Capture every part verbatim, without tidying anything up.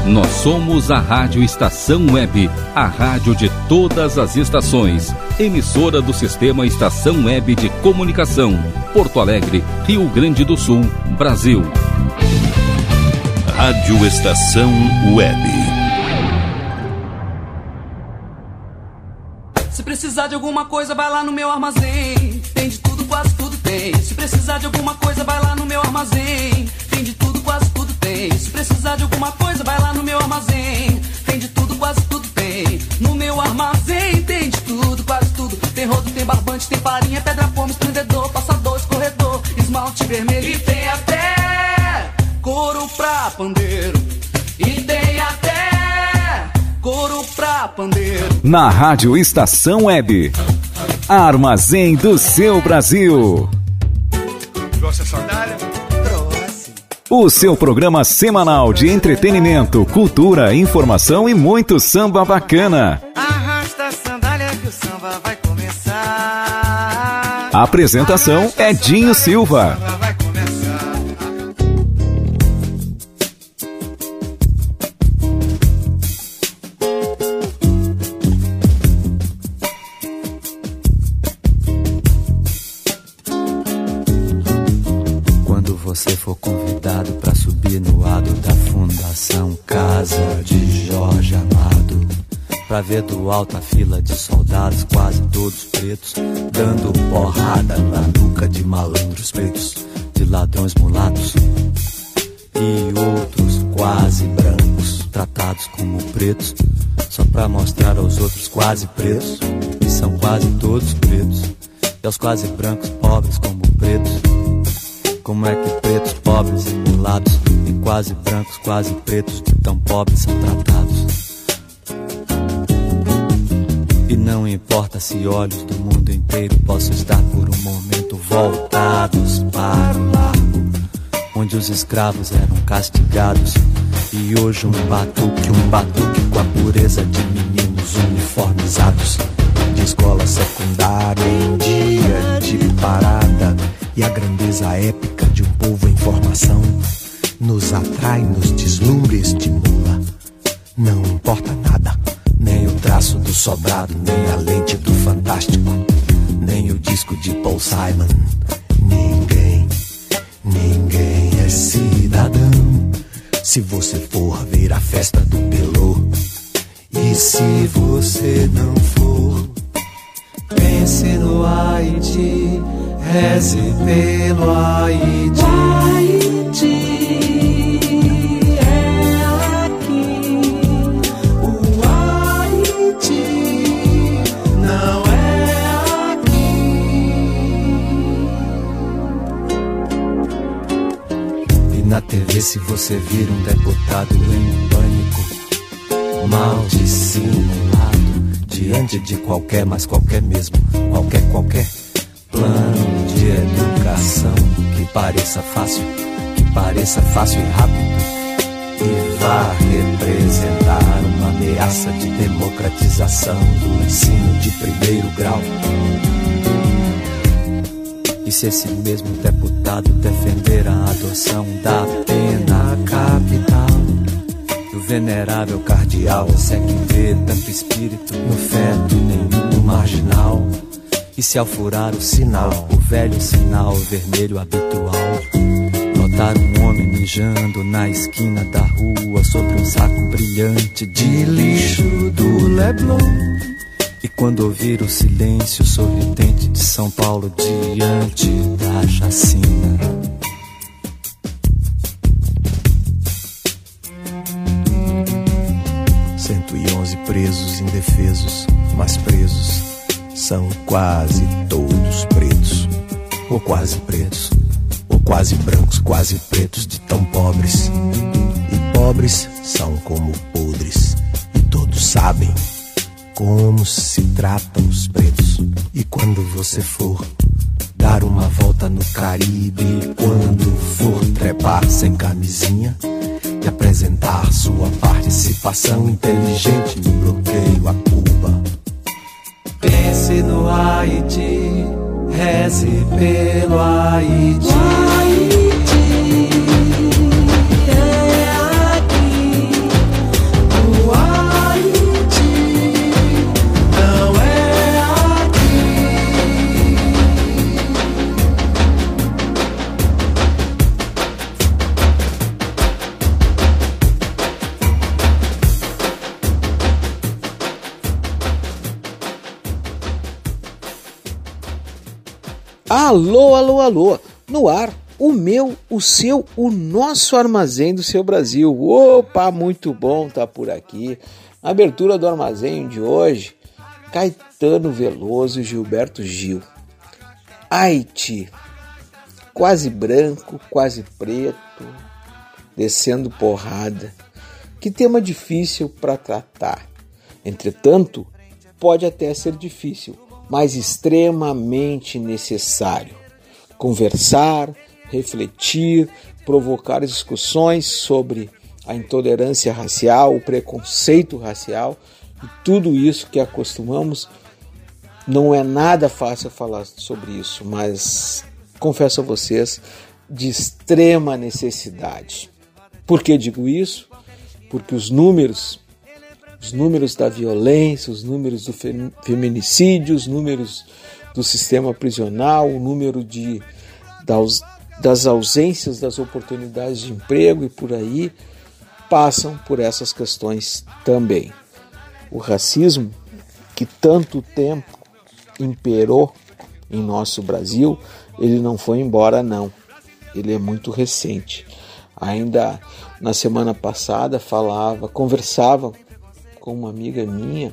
Nós somos a Rádio Estação Web, a rádio de todas as estações. Emissora do Sistema Estação Web de Comunicação. Porto Alegre, Rio Grande do Sul, Brasil. Rádio Estação Web. Se precisar de alguma coisa, vai lá no meu armazém. Tem de tudo, quase tudo tem. Se precisar de alguma coisa, vai lá no meu armazém. Tem de tudo, quase tudo tem. Se precisar de alguma coisa, vai lá no meu armazém. Tem de tudo, quase tudo tem. No meu armazém tem de tudo, quase tudo. Tem rodo, tem barbante, tem farinha, pedra, poma, estendedor, passador, escorredor, esmalte vermelho. E tem até couro pra pandeiro. E tem até couro pra pandeiro. Na Rádio Estação Web, Armazém do seu Brasil. Trouxe a sandália? Trouxe. O seu programa semanal de entretenimento, cultura, informação e muito samba bacana. Arrasta a sandália que o samba vai começar. A apresentação é Dinho Silva. Você for convidado para subir no lado da Fundação Casa de Jorge Amado, pra ver do alto a fila de soldados quase todos pretos, dando porrada na nuca de malandros pretos, de ladrões mulatos e outros quase brancos, tratados como pretos, só pra mostrar aos outros quase pretos, que são quase todos pretos, e aos quase brancos pobres como pretos. Como é que pretos, pobres e mulatos, e quase brancos, quase pretos, de tão pobres são tratados? E não importa se olhos do mundo inteiro possam estar por um momento voltados para o largo, onde os escravos eram castigados, e hoje um batuque, um batuque com a pureza de meninos uniformizados, de escola secundária em dia de parada. E a grandeza épica de um povo em formação nos atrai, nos deslumbra e estimula. Não importa nada, nem o traço do sobrado, nem a lente do fantástico, nem o disco de Paul Simon. Ninguém, ninguém é cidadão se você for ver a festa do Pelô. E se você não for, pense no Haiti, reze pelo Haiti. O Haiti é aqui. O Haiti não é aqui. E na T V, se você vir um deputado em pânico, mal dissimulado, diante de qualquer, mas qualquer mesmo, qualquer, qualquer plano de educação que pareça fácil, que pareça fácil e rápido, e vá representar uma ameaça de democratização do ensino de primeiro grau. E se esse mesmo deputado defender a adoção da pena capital, o venerável cardeal consegue ver tanto espírito no feto, nenhum no marginal. E se ao furar o sinal, o velho sinal vermelho habitual, notar um homem mijando na esquina da rua sobre um saco brilhante de lixo do Leblon. E quando ouvir o silêncio sorridente de São Paulo diante da chacina. cento e onze presos indefesos, mas presos são quase todos pretos, ou quase pretos, ou quase brancos, quase pretos, de tão pobres. E pobres são como podres, e todos sabem como se tratam os pretos. E quando você for dar uma volta no Caribe, quando for trepar sem camisinha e apresentar sua participação inteligente no bloqueio a Cuba, pense no Haiti, reze pelo Haiti. O Haiti é aqui. Alô, alô, alô, no ar, o meu, o seu, o nosso Armazém do Seu Brasil. Opa, muito bom tá por aqui. Na abertura do Armazém de hoje, Caetano Veloso e Gilberto Gil. Haiti, quase branco, quase preto, descendo porrada. Que tema difícil para tratar. Entretanto, pode até ser difícil, mas extremamente necessário. Conversar, refletir, provocar discussões sobre a intolerância racial, o preconceito racial e tudo isso que acostumamos. Não é nada fácil falar sobre isso, mas confesso a vocês, de extrema necessidade. Por que digo isso? Porque os números, os números da violência, os números do feminicídio, os números do sistema prisional, o número de, das, das ausências das oportunidades de emprego e por aí, passam por essas questões também. O racismo, que tanto tempo imperou em nosso Brasil, ele não foi embora não, ele é muito recente. Ainda na semana passada falava, conversava com uma amiga minha,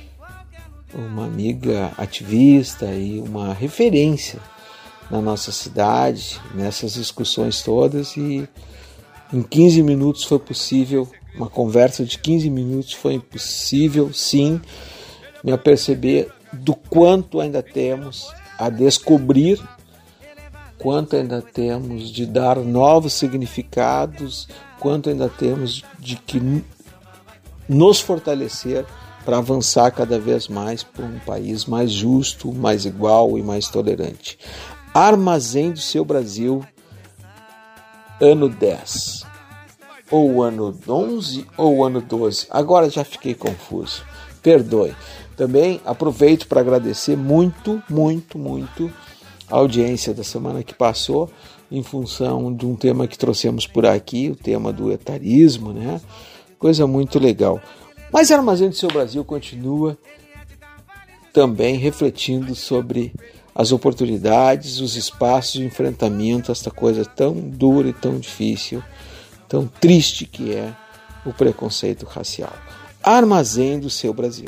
uma amiga ativista e uma referência na nossa cidade, nessas discussões todas, e em quinze minutos foi possível, uma conversa de quinze minutos foi possível, sim, me aperceber do quanto ainda temos a descobrir, quanto ainda temos de dar novos significados, quanto ainda temos de que nos fortalecer para avançar cada vez mais para um país mais justo, mais igual e mais tolerante. Armazém do Seu Brasil, ano dez, ou ano onze, ou ano doze, agora já fiquei confuso, perdoe. Também aproveito para agradecer muito, muito, muito a audiência da semana que passou, em função de um tema que trouxemos por aqui, o tema do etarismo, né? Coisa muito legal. Mas o Armazém do Seu Brasil continua também refletindo sobre as oportunidades, os espaços de enfrentamento a esta coisa tão dura e tão difícil, tão triste que é o preconceito racial. Armazém do Seu Brasil.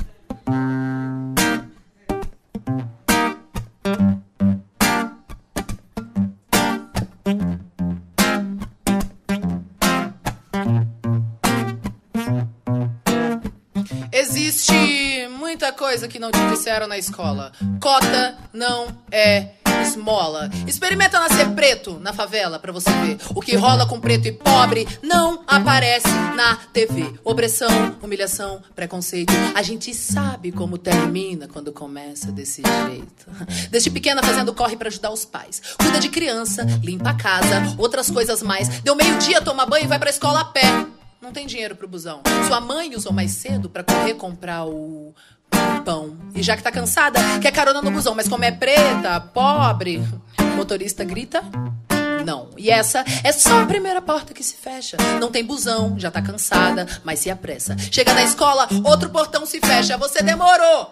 Existe muita coisa que não te disseram na escola. Cota não é esmola. Experimenta nascer preto na favela pra você ver. O que rola com preto e pobre não aparece na T V. Opressão, humilhação, preconceito. A gente sabe como termina quando começa desse jeito. Desde pequena fazendo corre pra ajudar os pais. Cuida de criança, limpa a casa, outras coisas mais. Deu meio-dia, toma banho e vai pra escola a pé. Não tem dinheiro pro busão. Sua mãe usou mais cedo pra correr comprar o pão. E já que tá cansada, quer carona no busão. Mas como é preta, pobre, motorista grita não. E essa é só a primeira porta que se fecha. Não tem busão, já tá cansada, mas se apressa. Chega na escola, outro portão se fecha. Você demorou.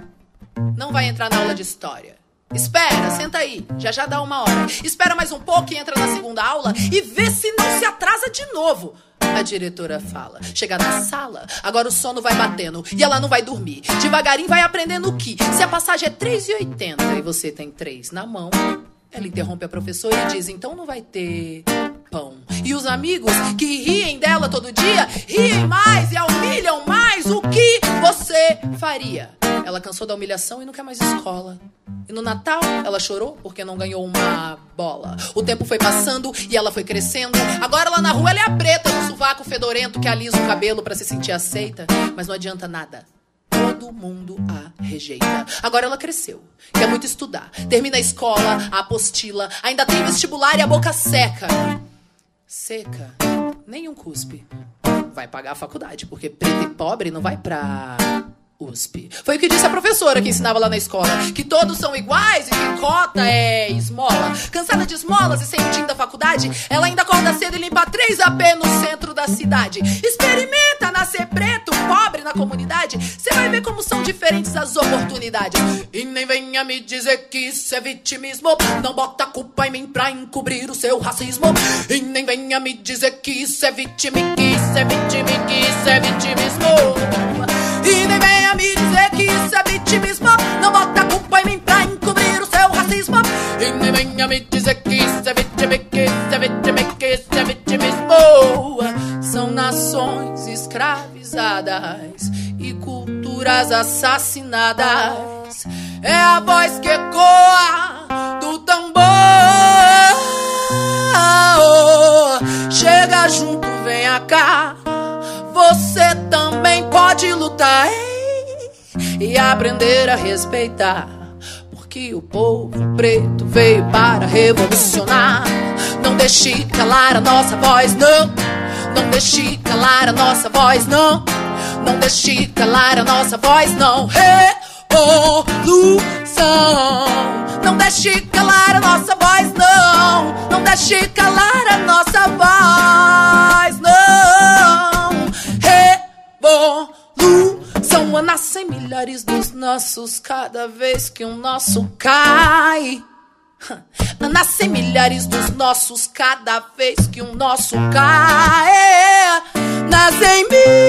Não vai entrar na aula de história. Espera, senta aí, já já dá uma hora. Espera mais um pouco e entra na segunda aula e vê se não se atrasa de novo. A diretora fala. Chega na sala, agora o sono vai batendo e ela não vai dormir. Devagarinho vai aprendendo que se a passagem é três e oitenta e você tem três na mão, ela interrompe a professora e diz, então não vai ter pão. E os amigos que riem dela todo dia, riem mais e a humilham mais. O que você faria? Ela cansou da humilhação e não quer mais escola. E no Natal, ela chorou porque não ganhou uma bola. O tempo foi passando e ela foi crescendo. Agora lá na rua ela é a preta no sovaco fedorento que alisa o cabelo pra se sentir aceita. Mas não adianta nada. Todo mundo a rejeita. Agora ela cresceu, quer muito estudar. Termina a escola, a apostila. Ainda tem vestibular e a boca seca. Seca, nenhum cuspe. Vai pagar a faculdade, porque preto e pobre não vai pra U S P. Foi o que disse a professora que ensinava lá na escola, que todos são iguais e que cota é esmola. Cansada de esmolas e sem o tim da faculdade, ela ainda acorda cedo e limpa três A P no centro da cidade. Experimenta nascer preto, pobre, na comunidade, você vai ver como são diferentes as oportunidades. E nem venha me dizer que isso é vitimismo, não bota a culpa em mim pra encobrir o seu racismo. E nem venha me dizer que isso é vitimi, que isso é vitimi, que isso é vitimismo. E nem venha me dizer que isso é vitimismo, não bota a culpa em mim pra encobrir o seu racismo. E nem venha me dizer que isso é vitimi, que isso é vitimi, que isso é vitimismo. São nações escravizadas e culturas assassinadas. É a voz que ecoa do tambor. Chega junto, venha cá. Você também pode lutar, hein? E aprender a respeitar, porque o povo preto veio para revolucionar. Não deixe calar a nossa voz, não. Não deixe calar a nossa voz, não. Não deixe calar a nossa voz, não. Revolução. Não deixe calar a nossa voz, não. Não deixe calar a nossa voz, não. Revolução. Nascem milhares dos nossos cada vez que um nosso cai. Nascem milhares dos nossos cada vez que um nosso cai. Nascem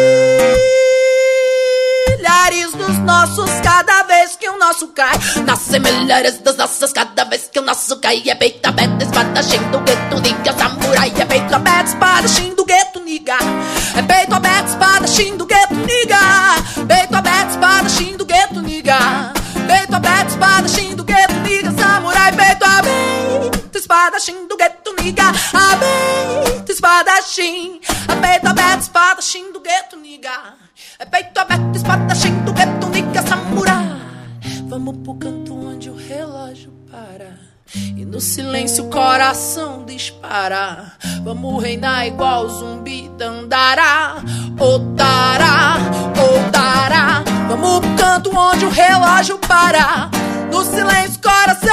milhares dos nossos cada vez que o nosso cai. Nascem milhares dos nossos cada vez que o nosso cai. É peito aberto, espadachim do gueto, niga, samurai. É peito aberto, espadachim do gueto, niga. É peito aberto, espadachim do gueto, niga. Peito aberto, espadachim do gueto, niga. Peito aberto, espadachim do gueto, niga, samurai. Peito aberto, espadachim do gueto, niga. Aberto, espadachim. Peito aberto, espadachim do gueto, niga. É peito aberto, espadachim do gueto, niga, samurai. Vamos pro canto onde o relógio para e no silêncio o coração dispara. Vamos reinar igual zumbi Dandará, Otará, Otará. Vamos pro canto onde o relógio para, no silêncio o coração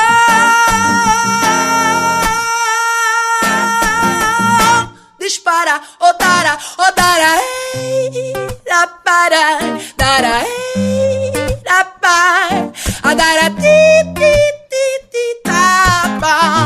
dispara. Otará, Otará, ei, para, dará, ei, rapaz, adara, ti, ti, ti, ti, tá,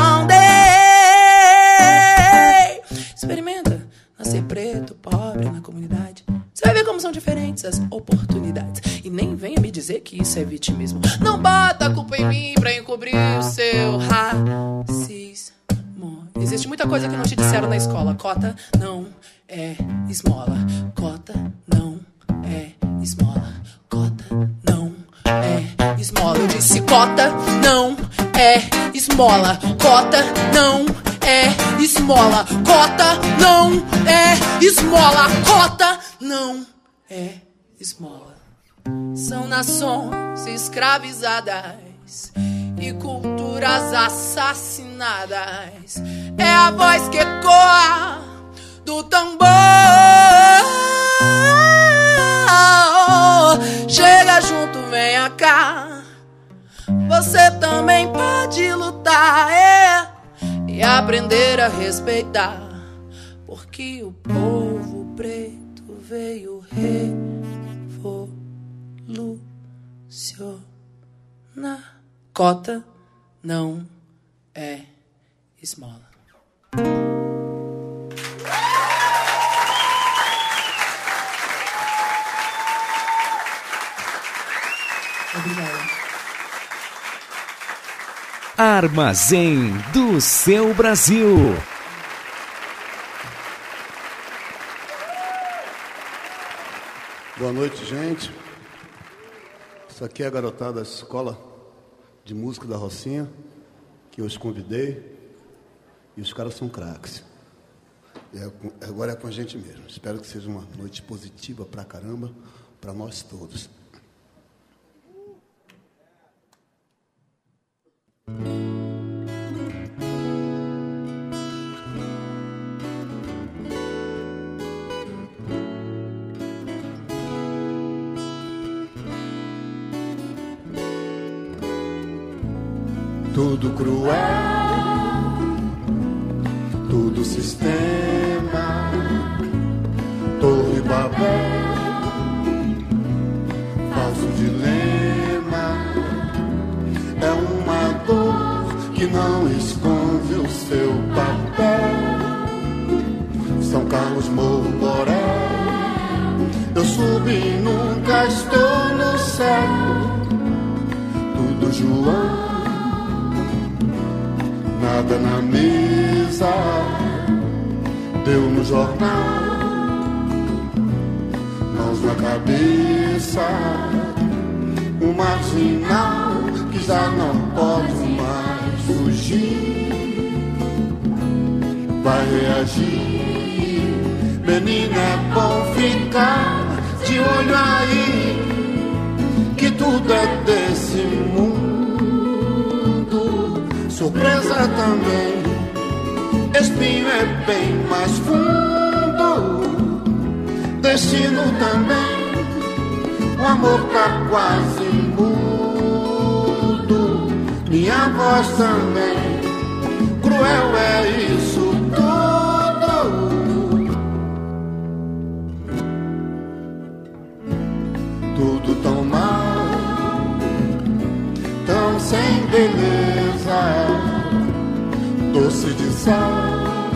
experimenta nascer preto, pobre na comunidade. Você vai ver como são diferentes as oportunidades. E nem venha me dizer que isso é vitimismo. Não bota a culpa em mim pra encobrir o seu racismo. Existe muita coisa que não te disseram na escola. Cota não é esmola. Cota não é esmola. Cota não é esmola. Eu disse cota não é esmola. Cota não é esmola. Cota não é esmola. Cota não é esmola. São nações escravizadas e culturas assassinadas. É a voz que ecoa do tambor. Chega junto, venha cá. Você também pode lutar, é, e aprender a respeitar, porque o povo preto veio revolucionar. Cota não é esmola. Obrigada. Armazém do Seu Brasil. Boa noite, gente. Isso aqui é a garotada da Escola de Música da Rocinha, que eu os convidei, e os caras são craques. E agora é com a gente mesmo. Espero que seja uma noite positiva pra caramba, pra nós todos. Tudo cruel, tudo sistema, Torre Babel, Carlos Morro Boré. Eu subi e nunca estou no céu. Tudo João, nada na mesa. Deu no jornal, mãos na cabeça. Um marginal que já não pode mais fugir. Vai reagir, menina, é bom ficar de olho aí, que tudo é desse mundo. Surpresa também, espinho é bem mais fundo. Destino também, o amor tá quase mudo. Minha voz também, cruel é isso tudo. Tudo tão mal, tão sem beleza. Doce de sal,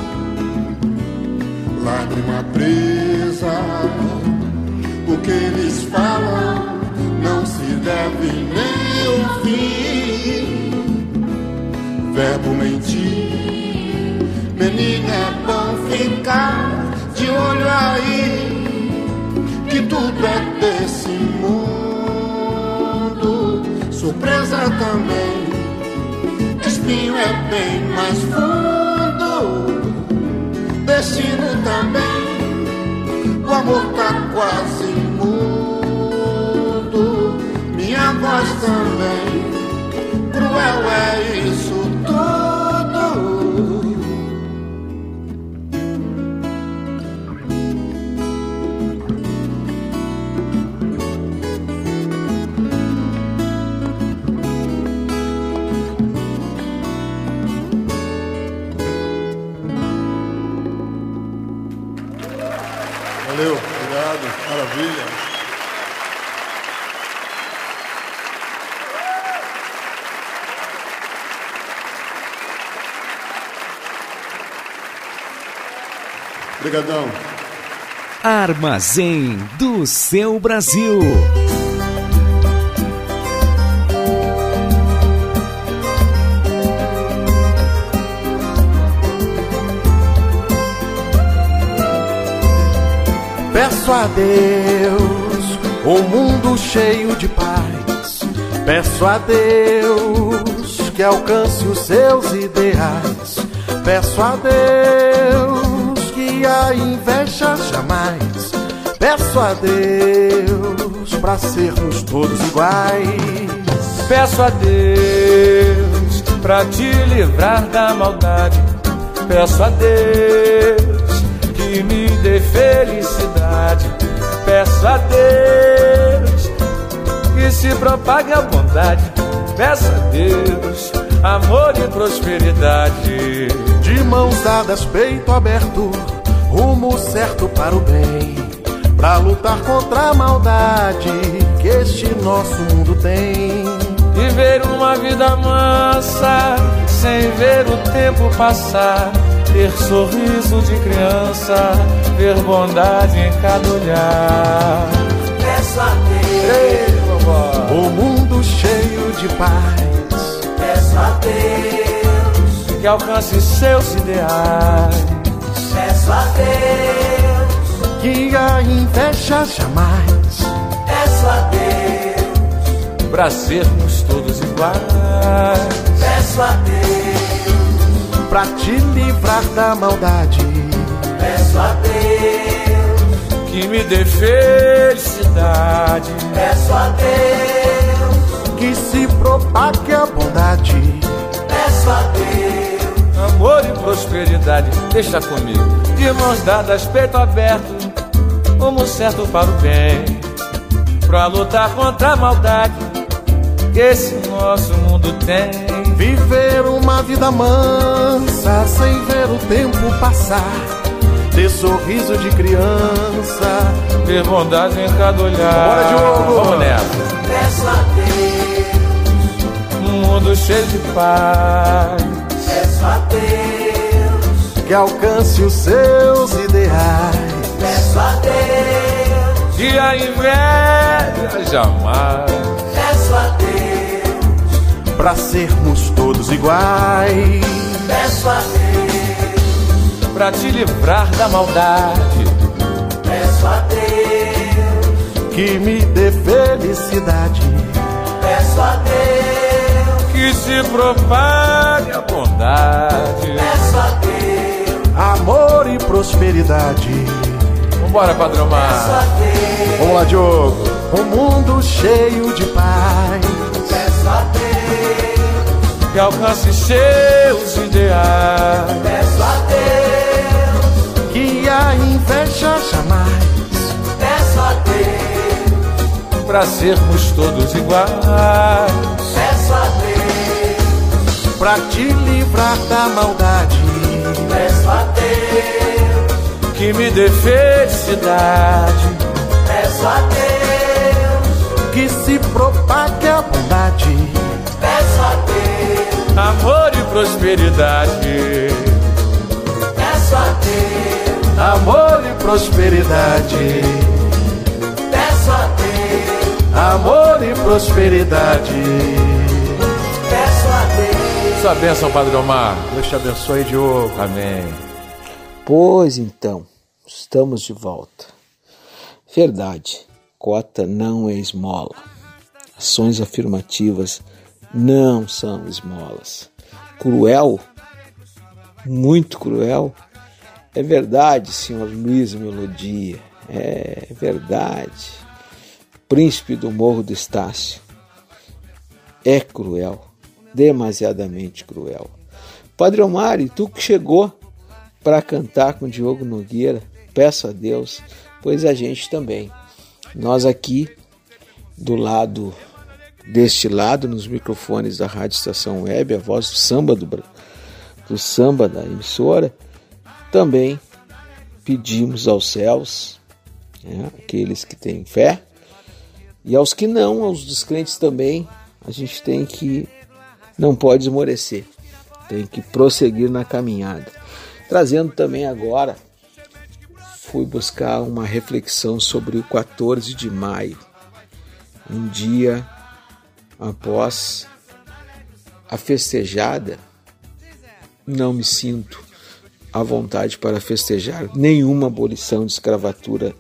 lágrima presa. O que eles falam não se deve nem ouvir. Verbo mentir, menina, é bom ficar de olho aí, que tudo é desse mundo. Surpresa também, espinho é bem mais fundo. Destino também, o amor tá quase mudo. Minha voz também, cruel é isso tudo. Valeu, obrigado, maravilha. Obrigadão. Armazém do Seu Brasil. Peço a Deus um mundo cheio de paz. Peço a Deus que alcance os seus ideais. Peço a Deus que a inveja jamais. Peço a Deus pra sermos todos iguais. Peço a Deus pra te livrar da maldade. Peço a Deus que me dê felicidade. Peço a Deus que se propague a bondade. Peço a Deus amor e prosperidade. De mãos dadas, peito aberto, rumo certo para o bem, pra lutar contra a maldade que este nosso mundo tem. Viver uma vida mansa, sem ver o tempo passar. Ter sorriso de criança, ver bondade em cada olhar. Peço a Deus Ei, o mundo cheio de paz. Peço a Deus que alcance seus ideais. Peço a Deus que a inveja jamais. Peço a Deus pra sermos todos iguais. Peço a Deus pra te livrar da maldade. Peço a Deus que me dê felicidade. Peço a Deus que se propague a bondade. Peço a Deus amor e prosperidade. Deixa comigo. De mãos dadas, peito aberto, rumo certo para o bem, pra lutar contra a maldade que esse nosso mundo tem. Viver uma vida mansa, sem ver o tempo passar. Ter sorriso de criança, ver bondade em cada olhar. Bora, Diogo! Vamos nessa. Peço a Deus um mundo cheio de paz. Peço a Deus que alcance os seus ideais. Peço a Deus, e a inveja jamais. peço a Deus, pra sermos todos iguais. peço a Deus, Pra te livrar da maldade. peço a Deus, Que me dê felicidade. peço a Deus, Que se propague a bondade. peço a Deus, Amor e prosperidade. Vambora, Padrão peço Mar. a Deus, Vamos lá, Diogo. Um mundo cheio de paz. peço a Deus, Que alcance seus ideais. peço a Deus, Que a inveja jamais. peço a Deus, Pra sermos todos iguais. peço a Deus, Pra te livrar da maldade. peço a Deus, Que me dê felicidade. peço a Deus, Que se propague a bondade. peço a Deus, Amor e prosperidade. peço a Deus, Amor e prosperidade. peço a Deus, Amor e prosperidade. peço a Deus. Sua bênção, Padre Omar. Deus te abençoe, Diogo. Amém. Pois então, estamos de volta. Verdade, cota não é esmola. Ações afirmativas não são esmolas. Cruel, muito cruel. É verdade, senhor Luiz Melodia. É verdade. Príncipe do Morro do Estácio. É cruel, demasiadamente cruel. Padre Omar, e tu que chegou para cantar com Diogo Nogueira, peço a Deus, pois a gente também. Nós aqui, do lado, deste lado, nos microfones da Rádio Estação Web, a voz do samba, do, do samba da emissora, também pedimos aos céus, né, aqueles que têm fé, e aos que não, aos descrentes também, a gente tem que, não pode esmorecer, tem que prosseguir na caminhada. Trazendo também agora, fui buscar uma reflexão sobre o quatorze de maio, um dia após a festejada. Não me sinto à vontade para festejar nenhuma abolição de escravatura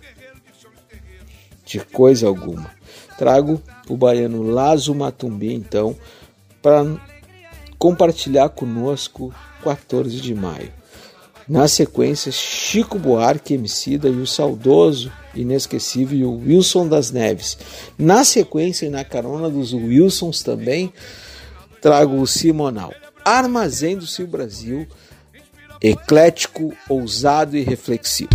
de coisa alguma. Trago o baiano Lazo Matumbi, então, para compartilhar conosco quatorze de maio. Na sequência, Chico Buarque, Emicida e o saudoso, inesquecível Wilson das Neves. Na sequência e na carona dos Wilsons também, trago o Simonal. Armazém do Sil Brasil, eclético, ousado e reflexivo.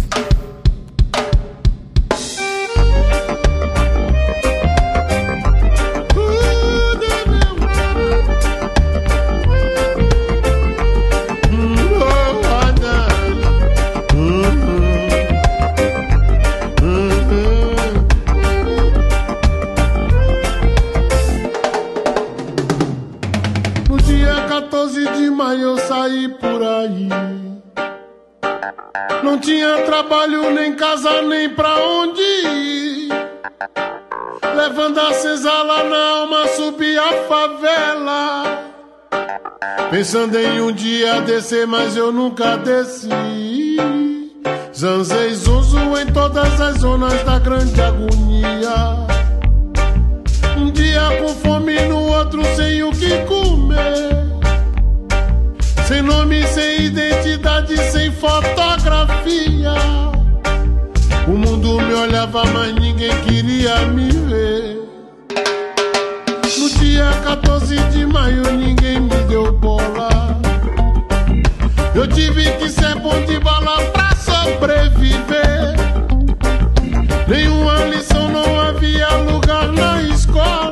Não tinha trabalho, nem casa, nem pra onde ir. Levando a senzala na alma, subi a favela. Pensando em um dia descer, mas eu nunca desci. Zanzei zonzo em todas as zonas da grande agonia. Um dia com fome, no outro sem o que comer. Sem nome, sem identidade, sem fotografia. O mundo me olhava, mas ninguém queria me ver. No dia quatorze de maio ninguém me deu bola. Eu tive que ser bom de bala pra sobreviver. Nenhuma lição, não havia lugar na escola.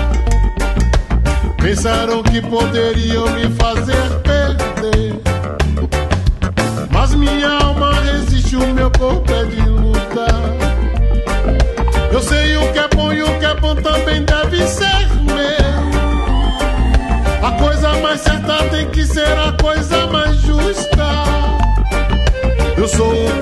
Pensaram que poderiam me fazer perder, mas minha alma resiste, o meu corpo é de luta. Eu sei o que é bom e o que é bom também deve ser meu. A coisa mais certa tem que ser a coisa mais justa.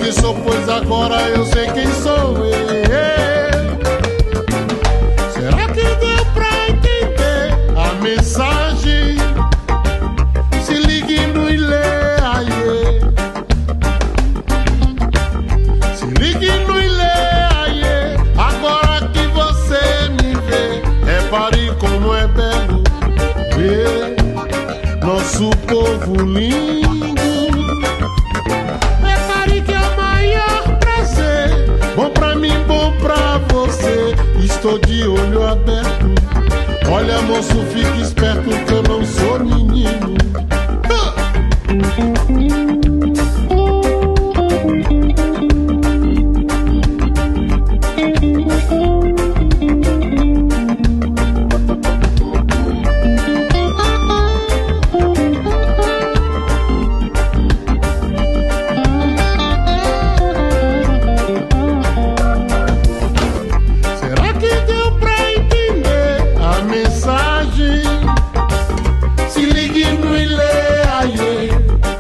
pensou, pois agora eu sei quem sou eu. Será que deu pra entender a mensagem? Se ligue no ilê, aie. Se ligue no ilê, aie. Agora que você me vê, repare como é belo ver nosso povo lindo. Repare que é o maior prazer, bom pra mim, bom pra você. Estou de olho aberto. Olha, moço, fique esperto que eu não sou menino. Será que deu pra entender a mensagem? Se ligue no ilê, aie.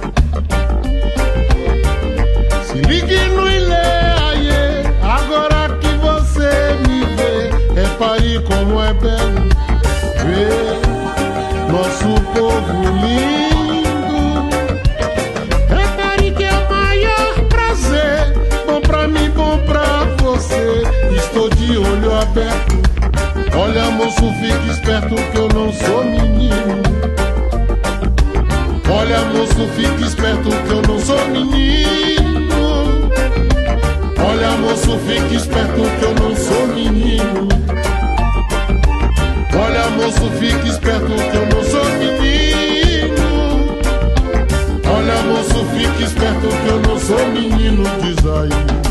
Se ligue no ilê, aie. Agora que você me vê, repare como é belo ver nosso povo lindo. Repare que é o maior prazer, bom pra mim, bom pra você. Estou de olho aberto. Olha, moço, fique esperto que eu não sou menino. Olha, moço, fique esperto que eu não sou menino. Olha, moço, fique esperto que eu não sou menino. Olha, moço, fique esperto que eu não sou menino. Olha, moço, fique esperto que eu não sou menino, diz aí.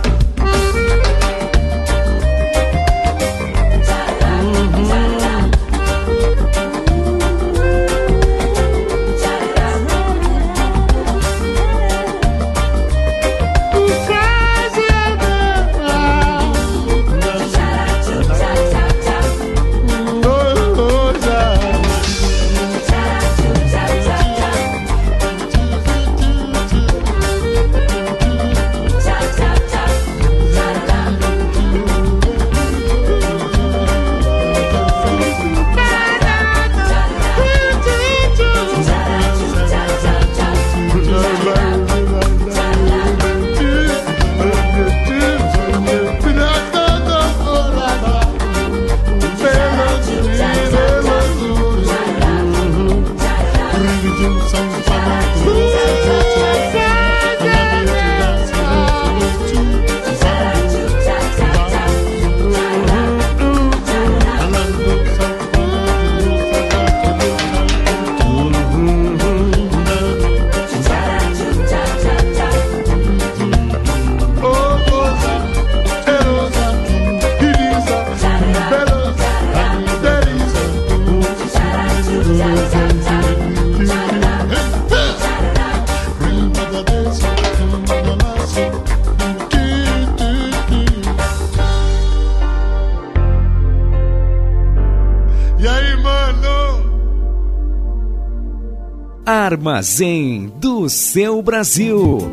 Armazém do Seu Brasil.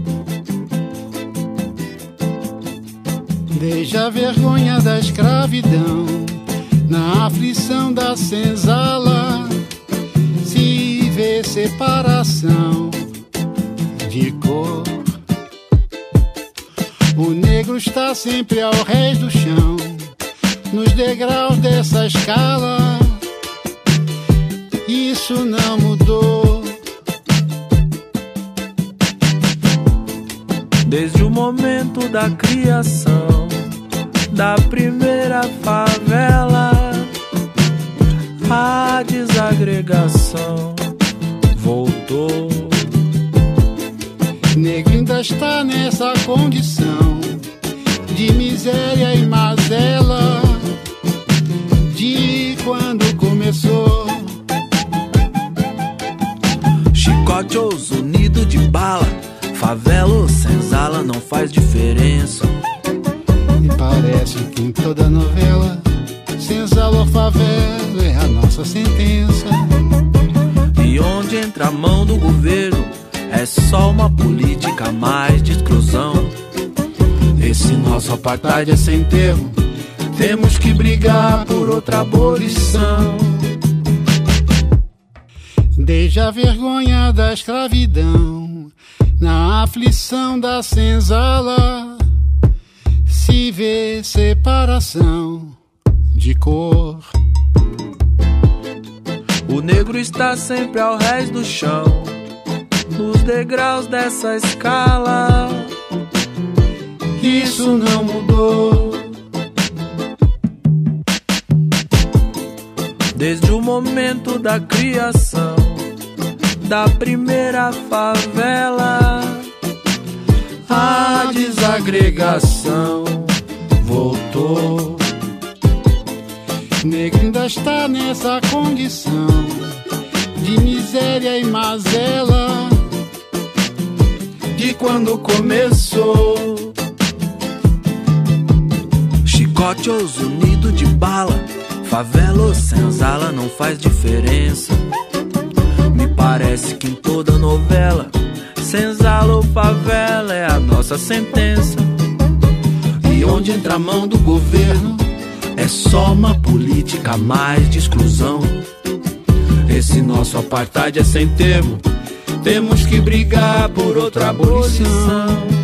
Veja a vergonha da escravidão na aflição da senzala. Se vê separação de cor, o negro está sempre ao rés do chão, nos degraus dessa escala. Isso não mudou. Desde o momento da criação da primeira favela, a desagregação voltou. Negro ainda está nessa condição de miséria e mazela de quando começou. Chicote ou zunido de bala, favela ou senzala não faz diferença. E parece que em toda novela, senzala ou favela é a nossa sentença. E onde entra a mão do governo, é é só uma política a mais de exclusão. Esse nosso apartheid é sem termo, temos que brigar por outra abolição. Desde a vergonha da escravidão, na aflição da senzala, se vê separação de cor. O negro está sempre ao rés do chão, nos degraus dessa escala. Isso não mudou. Desde o momento da criação da primeira favela, a desagregação voltou. Negro ainda está nessa condição de miséria e mazela de quando começou. Chicote ou zunido de bala, favela ou senzala não faz diferença. Me parece que em toda novela, senzala ou favela é a nossa sentença. E onde entra a mão do governo, é só uma política a mais de exclusão. Esse nosso apartheid é sem termo, temos que brigar por outra abolição.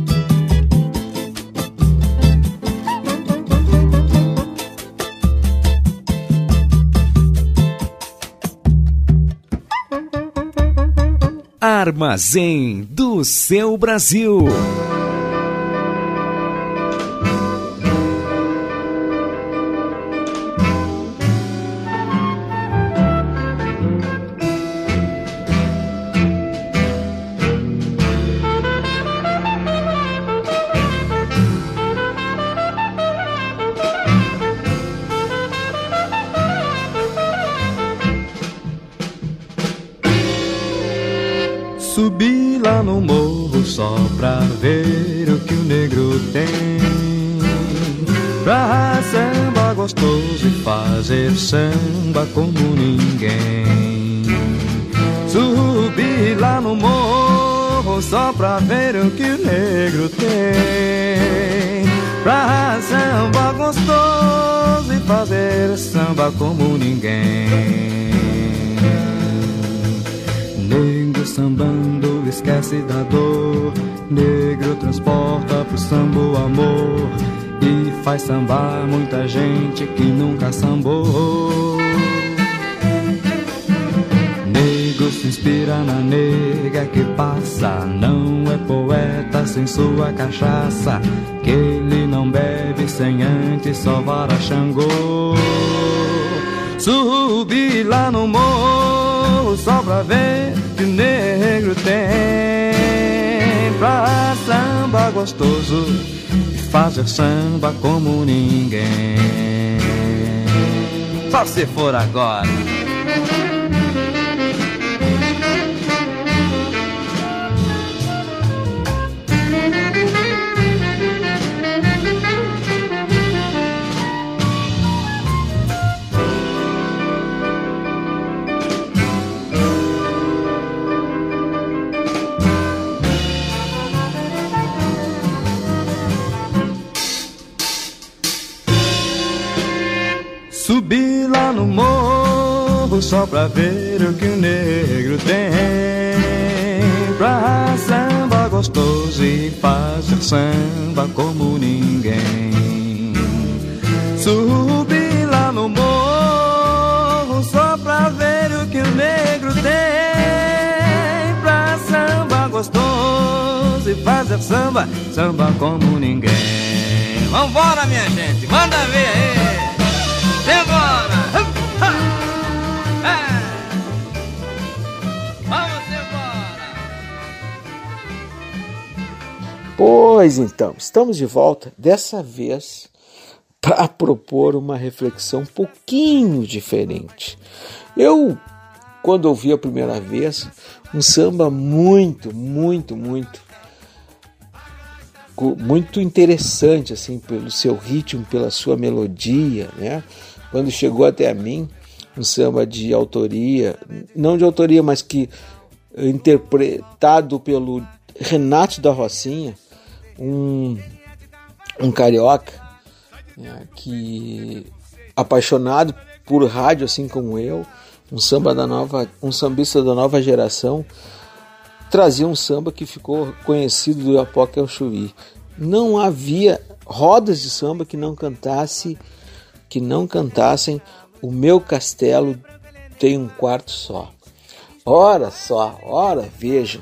Armazém do Seu Brasil. Subi lá no morro só pra ver o que o negro tem, pra samba gostoso e fazer samba como ninguém. Subi lá no morro só pra ver o que o negro tem, pra samba gostoso e fazer samba como ninguém. Negro sambando esquece da dor, negro transporta pro samba o amor e faz sambar muita gente que nunca sambou. Negro se inspira na nega que passa, não é poeta sem sua cachaça, que ele não bebe sem antes sovar a Xangô. Subi lá no morro só pra ver que o negro tem, pra samba gostoso e fazer samba como ninguém. Só se for agora. Subi lá no morro só pra ver o que o negro tem, pra samba gostoso e fazer samba como ninguém. Subi lá no morro só pra ver o que o negro tem, pra samba gostoso e fazer samba, samba como ninguém. Vambora, minha gente, manda ver aí. Embora! É. Vamos embora! Pois então, estamos de volta, dessa vez para propor uma reflexão um pouquinho diferente. Eu, quando ouvi a primeira vez, um samba muito, muito, muito muito interessante, assim, pelo seu ritmo, pela sua melodia, né? Quando chegou até a mim, um samba de autoria, não de autoria, mas que interpretado pelo Renato da Rocinha, um, um carioca, né, que apaixonado por rádio assim como eu, um samba da nova, um sambista da nova geração, trazia um samba que ficou conhecido do Iapoca ao Chuí. Não havia rodas de samba que não cantasse, que não cantassem O Meu Castelo Tem um Quarto Só. Ora só, ora vejam,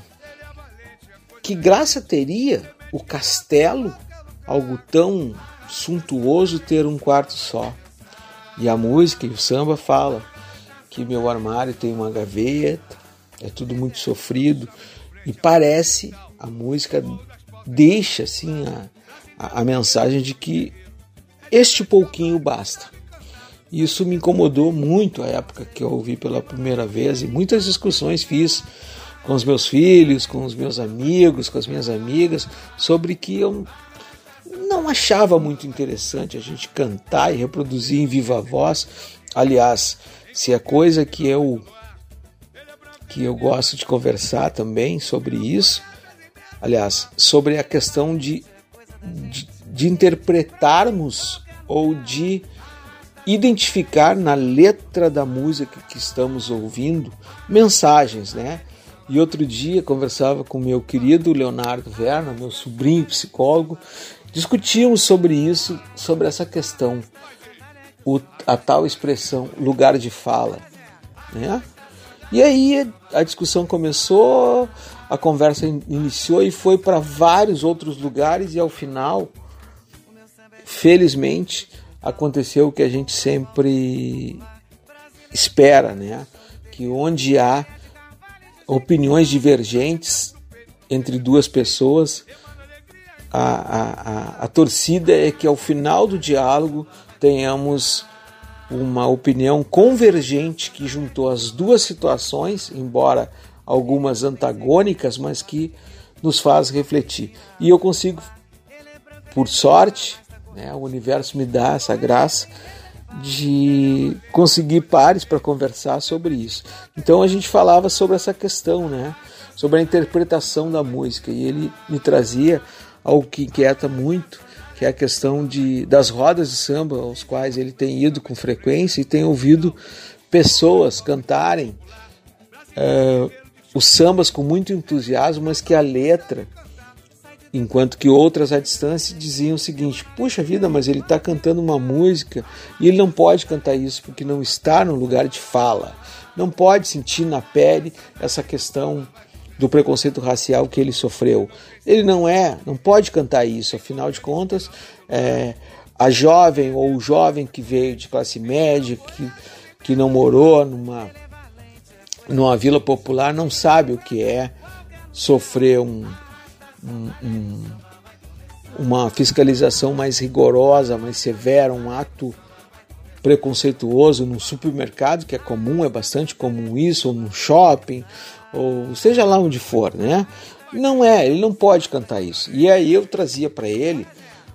que graça teria o castelo, algo tão suntuoso, ter um quarto só. E a música e o samba fala que meu armário tem uma gaveta, é tudo muito sofrido, e parece, a música deixa assim a, a, a mensagem de que este pouquinho basta. Isso me incomodou muito a época que eu ouvi pela primeira vez, e muitas discussões fiz com os meus filhos, com os meus amigos, com as minhas amigas, sobre que eu não achava muito interessante a gente cantar e reproduzir em viva voz. Aliás, se é coisa que eu que eu gosto de conversar também sobre isso, aliás, sobre a questão de, de, de interpretarmos ou de identificar na letra da música que estamos ouvindo mensagens, né? E outro dia conversava com meu querido Leonardo Verna, meu sobrinho psicólogo, discutíamos sobre isso, sobre essa questão, o, a tal expressão lugar de fala, né? E aí a discussão começou, a conversa iniciou e foi para vários outros lugares, e ao final, felizmente, aconteceu o que a gente sempre espera, né? Que onde há opiniões divergentes entre duas pessoas, a, a, a, a torcida é que ao final do diálogo tenhamos uma opinião convergente que juntou as duas situações, embora algumas antagônicas, mas que nos faz refletir. E eu consigo, por sorte, né, o universo me dá essa graça de conseguir pares para conversar sobre isso. Então a gente falava sobre essa questão, né, sobre a interpretação da música, e ele me trazia algo que inquieta muito, que é a questão de, das rodas de samba aos quais ele tem ido com frequência e tem ouvido pessoas cantarem uh, os sambas com muito entusiasmo, mas que a letra, enquanto que outras à distância diziam o seguinte: puxa vida, mas ele está cantando uma música e ele não pode cantar isso porque não está no lugar de fala, não pode sentir na pele essa questão do preconceito racial que ele sofreu. Ele não é, não pode cantar isso, afinal de contas, é, a jovem ou o jovem que veio de classe média, que, que não morou numa, numa vila popular, não sabe o que é sofrer um, um, um, uma fiscalização mais rigorosa, mais severa, um ato preconceituoso num supermercado, que é comum, é bastante comum isso, ou num shopping, ou seja lá onde for, né? Não é, ele não pode cantar isso. E aí eu trazia para ele,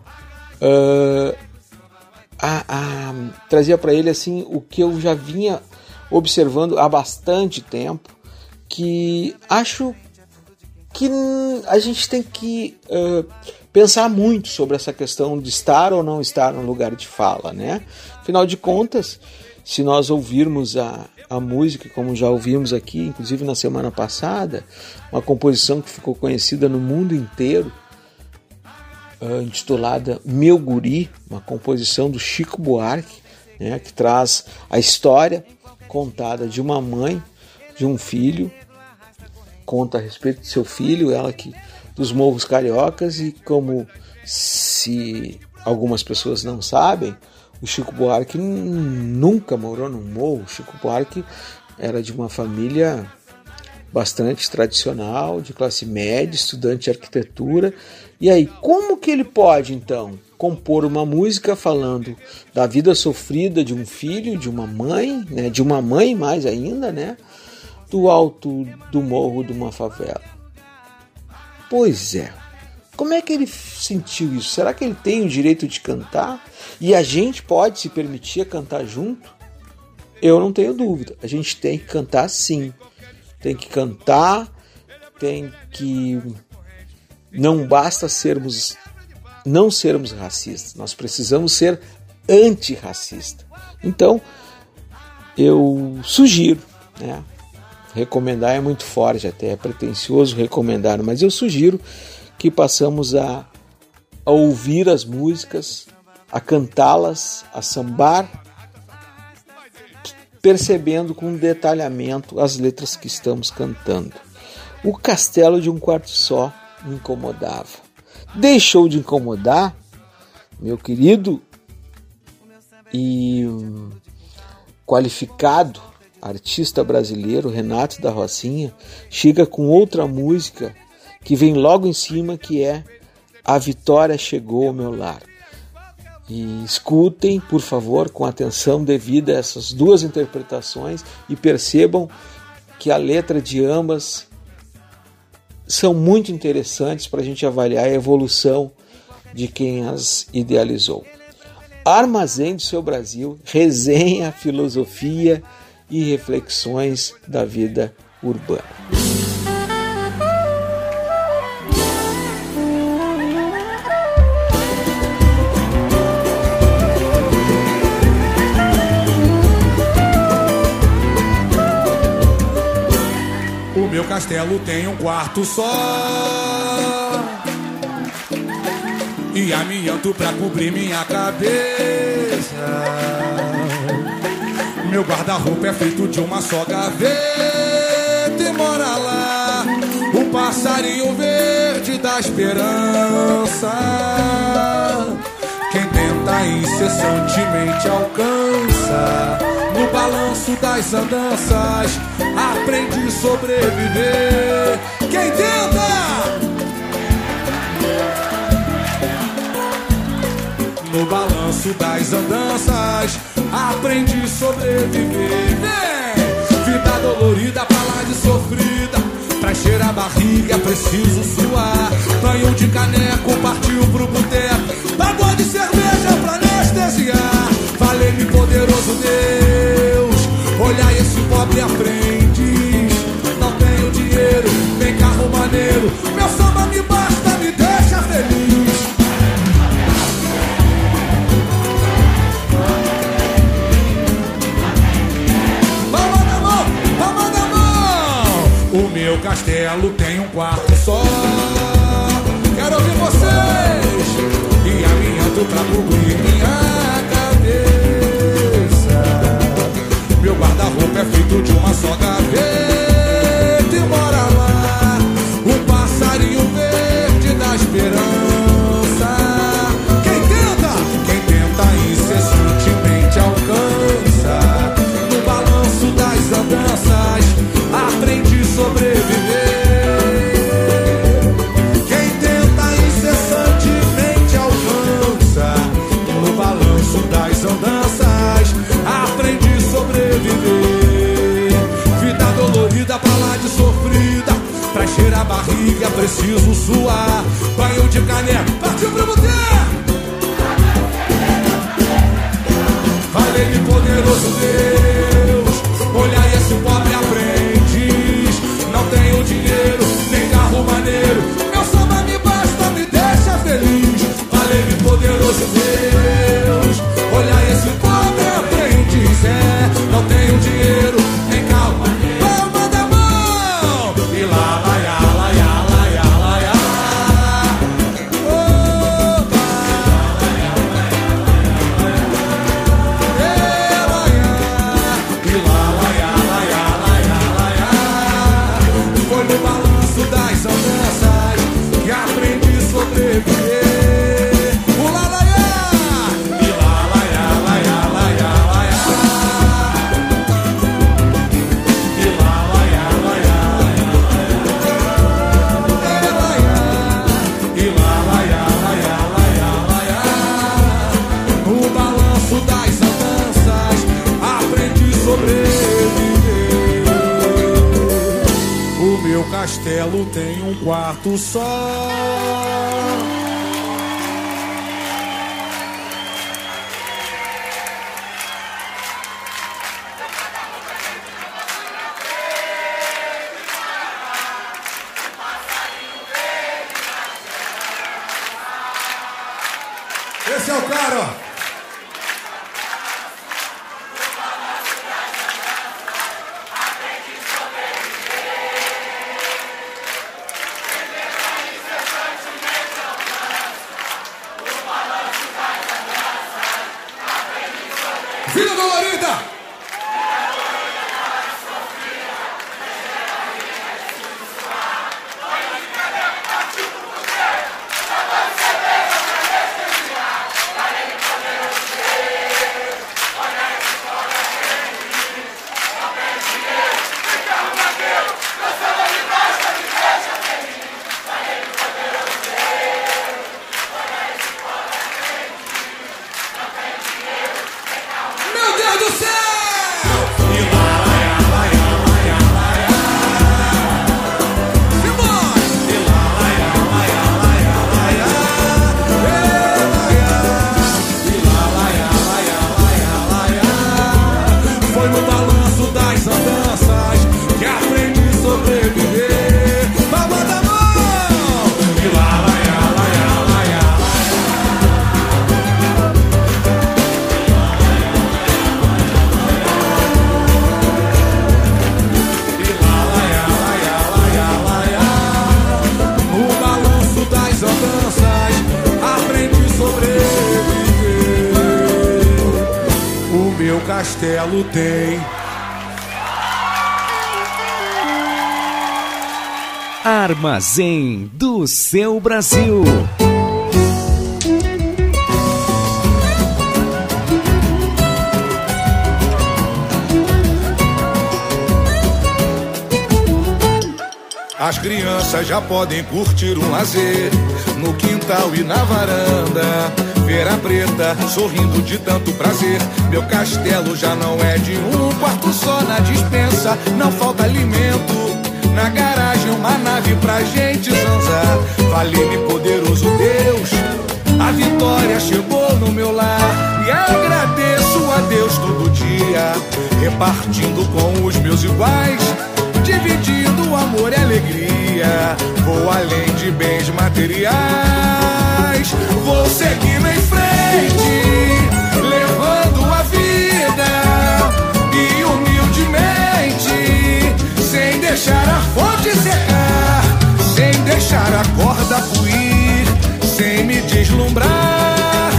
uh, a, a, trazia para ele assim o que eu já vinha observando há bastante tempo, que acho que a gente tem que uh, pensar muito sobre essa questão de estar ou não estar no lugar de fala, né? Afinal de contas, se nós ouvirmos a, a música, como já ouvimos aqui, inclusive na semana passada, uma composição que ficou conhecida no mundo inteiro, uh, intitulada Meu Guri, uma composição do Chico Buarque, né, que traz a história contada de uma mãe, de um filho, conta a respeito de seu filho, ela que dos morros cariocas, e como se algumas pessoas não sabem, o Chico Buarque nunca morou num morro. O Chico Buarque era de uma família bastante tradicional, de classe média, estudante de arquitetura. E aí, como que ele pode, então, compor uma música falando da vida sofrida de um filho, de uma mãe, né, de uma mãe mais ainda, né, do alto do morro de uma favela? Pois é. Como é que ele sentiu isso? Será que ele tem o direito de cantar? E a gente pode se permitir cantar junto? Eu não tenho dúvida. A gente tem que cantar sim. tem que cantar, tem que... Não basta sermos, não sermos racistas, nós precisamos ser antirracistas. Então, eu sugiro, né? Recomendar é muito forte, até é pretensioso recomendar, mas eu sugiro que passamos a, a ouvir as músicas, a cantá-las, a sambar, percebendo com detalhamento as letras que estamos cantando. O Castelo de um Quarto Só me incomodava. Deixou de incomodar, meu querido e qualificado artista brasileiro Renato da Rocinha chega com outra música que vem logo em cima, que é A Vitória Chegou ao Meu Lar. E escutem, por favor, com atenção devida a essas duas interpretações e percebam que a letra de ambas são muito interessantes para a gente avaliar a evolução de quem as idealizou. Armazém do Seu Brasil, resenha, filosofia e reflexões da vida urbana. O meu castelo tem um quarto só e amianto pra cobrir minha cabeça. Meu guarda-roupa é feito de uma só gaveta e mora lá o passarinho verde da esperança. Quem tenta incessantemente alcança. No balanço das andanças aprende a sobreviver. Quem tenta no balanço das andanças aprende a sobreviver. Vem! Vida dolorida pra lá de sofrida, pra encher a barriga é preciso suar. Banho de caneco, partiu pro boteco, pagou de cerveja pra anestesiar. Valei-me poderoso Deus, olha esse pobre aprendiz. Não tenho dinheiro, nem carro maneiro, meu samba me basta, me deixa feliz. O meu castelo tem um quarto só. Quero ouvir vocês. E amianto pra cobrir minha cabeça. Meu guarda-roupa é feito de uma só gaveta e mora lá o passarinho verde da esperança. Quem tenta, quem tenta incessantemente alcança. No balanço das andanças aprende a sobreviver. Quem tenta incessantemente alcança. No balanço das andanças aprende a sobreviver. Vida dolorida pra lá de sofrida, pra encher a barriga é preciso suar. Banho de caneco, partiu pro boteco. Valei-me poderoso Deus, olha esse pobre aprendiz. Não tenho dinheiro, nem carro maneiro, meu samba me basta, me deixa feliz. Valei-me poderoso Deus, olha esse pobre aprendiz. É, não tenho dinheiro, nem carro maneiro, palma da mão. E lá, lá, lá, lá, lá, lá, lá, lá. Opa! E lá, lá, lá, lá, lá, lá, lá. Foi no balanço das andanças que aprendi a sobreviver. O lá, lá, lá. E lá, lá, lá, lá, lá, lá, lá. E lá, lá, lá, lá, lá. E lá, lá, lá, lá, lá. No balanço das andanças aprendi a sobreviver. O meu castelo tem um quarto só. Esse é o cara, ó. Vida dolorida! Castelo tem. Armazém do Seu Brasil. As crianças já podem curtir um lazer no quintal e na varanda. Feira preta, sorrindo de tanto prazer. Meu castelo já não é de um quarto só na dispensa. Não falta alimento, na garagem uma nave pra gente zanzar. Fale-me, poderoso Deus, a vitória chegou no meu lar. E agradeço a Deus todo dia, repartindo com os meus iguais, dividindo amor e alegria. Vou além de bens materiais, vou seguindo em frente, levando a vida e humildemente, sem deixar a fonte secar, sem deixar a corda fluir, sem me deslumbrar.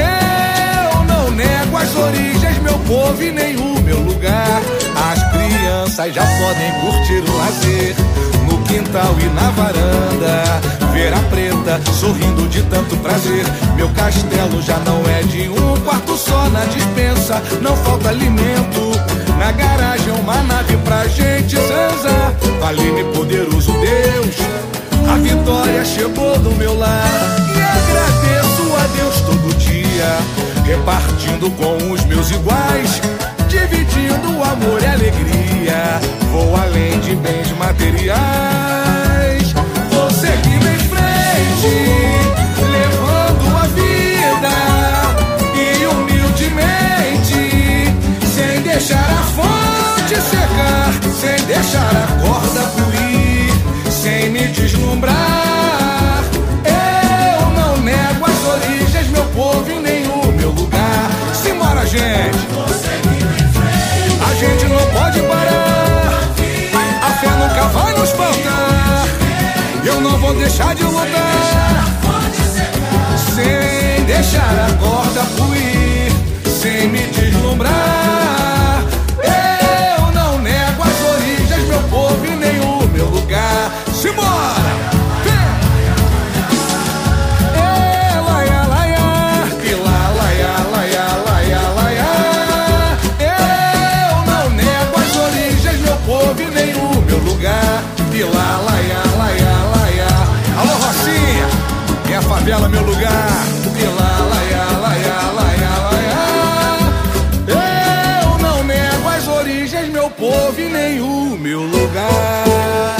Eu não nego as origens, meu povo e nem o meu lugar. As crianças já podem curtir o lazer no quintal e na varanda. Feira preta, sorrindo de tanto prazer. Meu castelo já não é de um quarto só na dispensa. Não falta alimento, na garagem uma nave pra gente zanzar. Fale-me, poderoso Deus, a vitória chegou no meu lar. E agradeço a Deus todo dia, repartindo com os meus iguais, dividindo amor e alegria. Vou além de bens materiais, vou seguindo em frente, levando a vida e humildemente, sem deixar a fonte secar, sem deixar a corda fluir, sem me deslumbrar. Eu não nego as origens, meu povo e nem o meu lugar. Simbora, gente! A gente não pode parar, a fé nunca vai nos faltar. Eu não vou deixar de lutar, sem deixar a corda fluir, sem me deslumbrar. Eu não nego as origens, meu povo e nem o meu lugar. Simbora! Lá, laia, laia, laia. Alô, Rocinha, minha favela, meu lugar. Lá, laia, laia, laia, laia. Eu não nego as origens, meu povo e nem o meu lugar.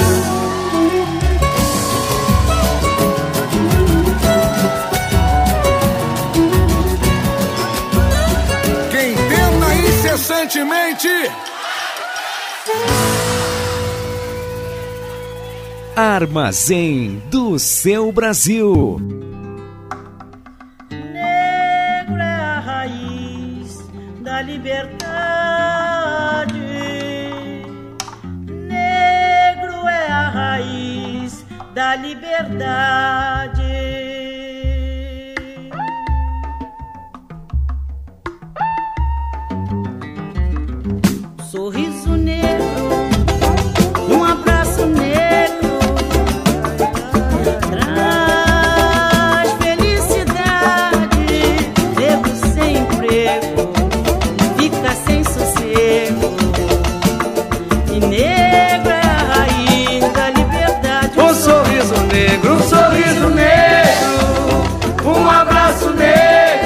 Quem tenta incessantemente. Armazém do Seu Brasil. da liberdade. Negro é a raiz da liberdade. Sorriso negro, um abraço negro, traz felicidade. Negro sem emprego, fica sem sossego. E negro é a raiz da liberdade. Um sorriso negro, um sorriso negro, um abraço negro.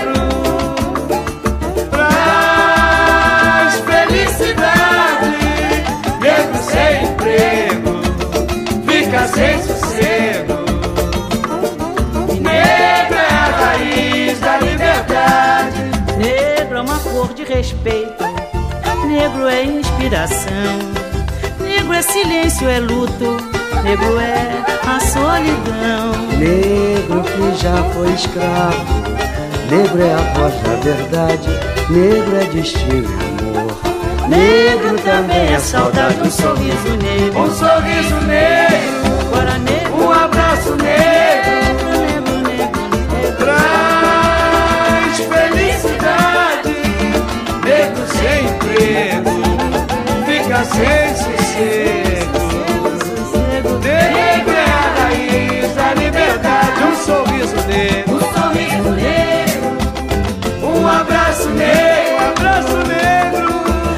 Sem sossego. E negro é a raiz da liberdade. Negro é uma cor de respeito, negro é inspiração. Negro é silêncio, é luto, negro é a solidão. Negro que já foi escravo, negro é a voz da verdade. Negro é destino e amor. Negro também é saudade, um sorriso negro. Um sorriso negro, um abraço negro, negro, negro, negro, traz felicidade. Negro sem emprego, fica sem sossego. Negro é a raiz da liberdade. Um sorriso negro, um sorriso negro, um abraço negro, um abraço negro.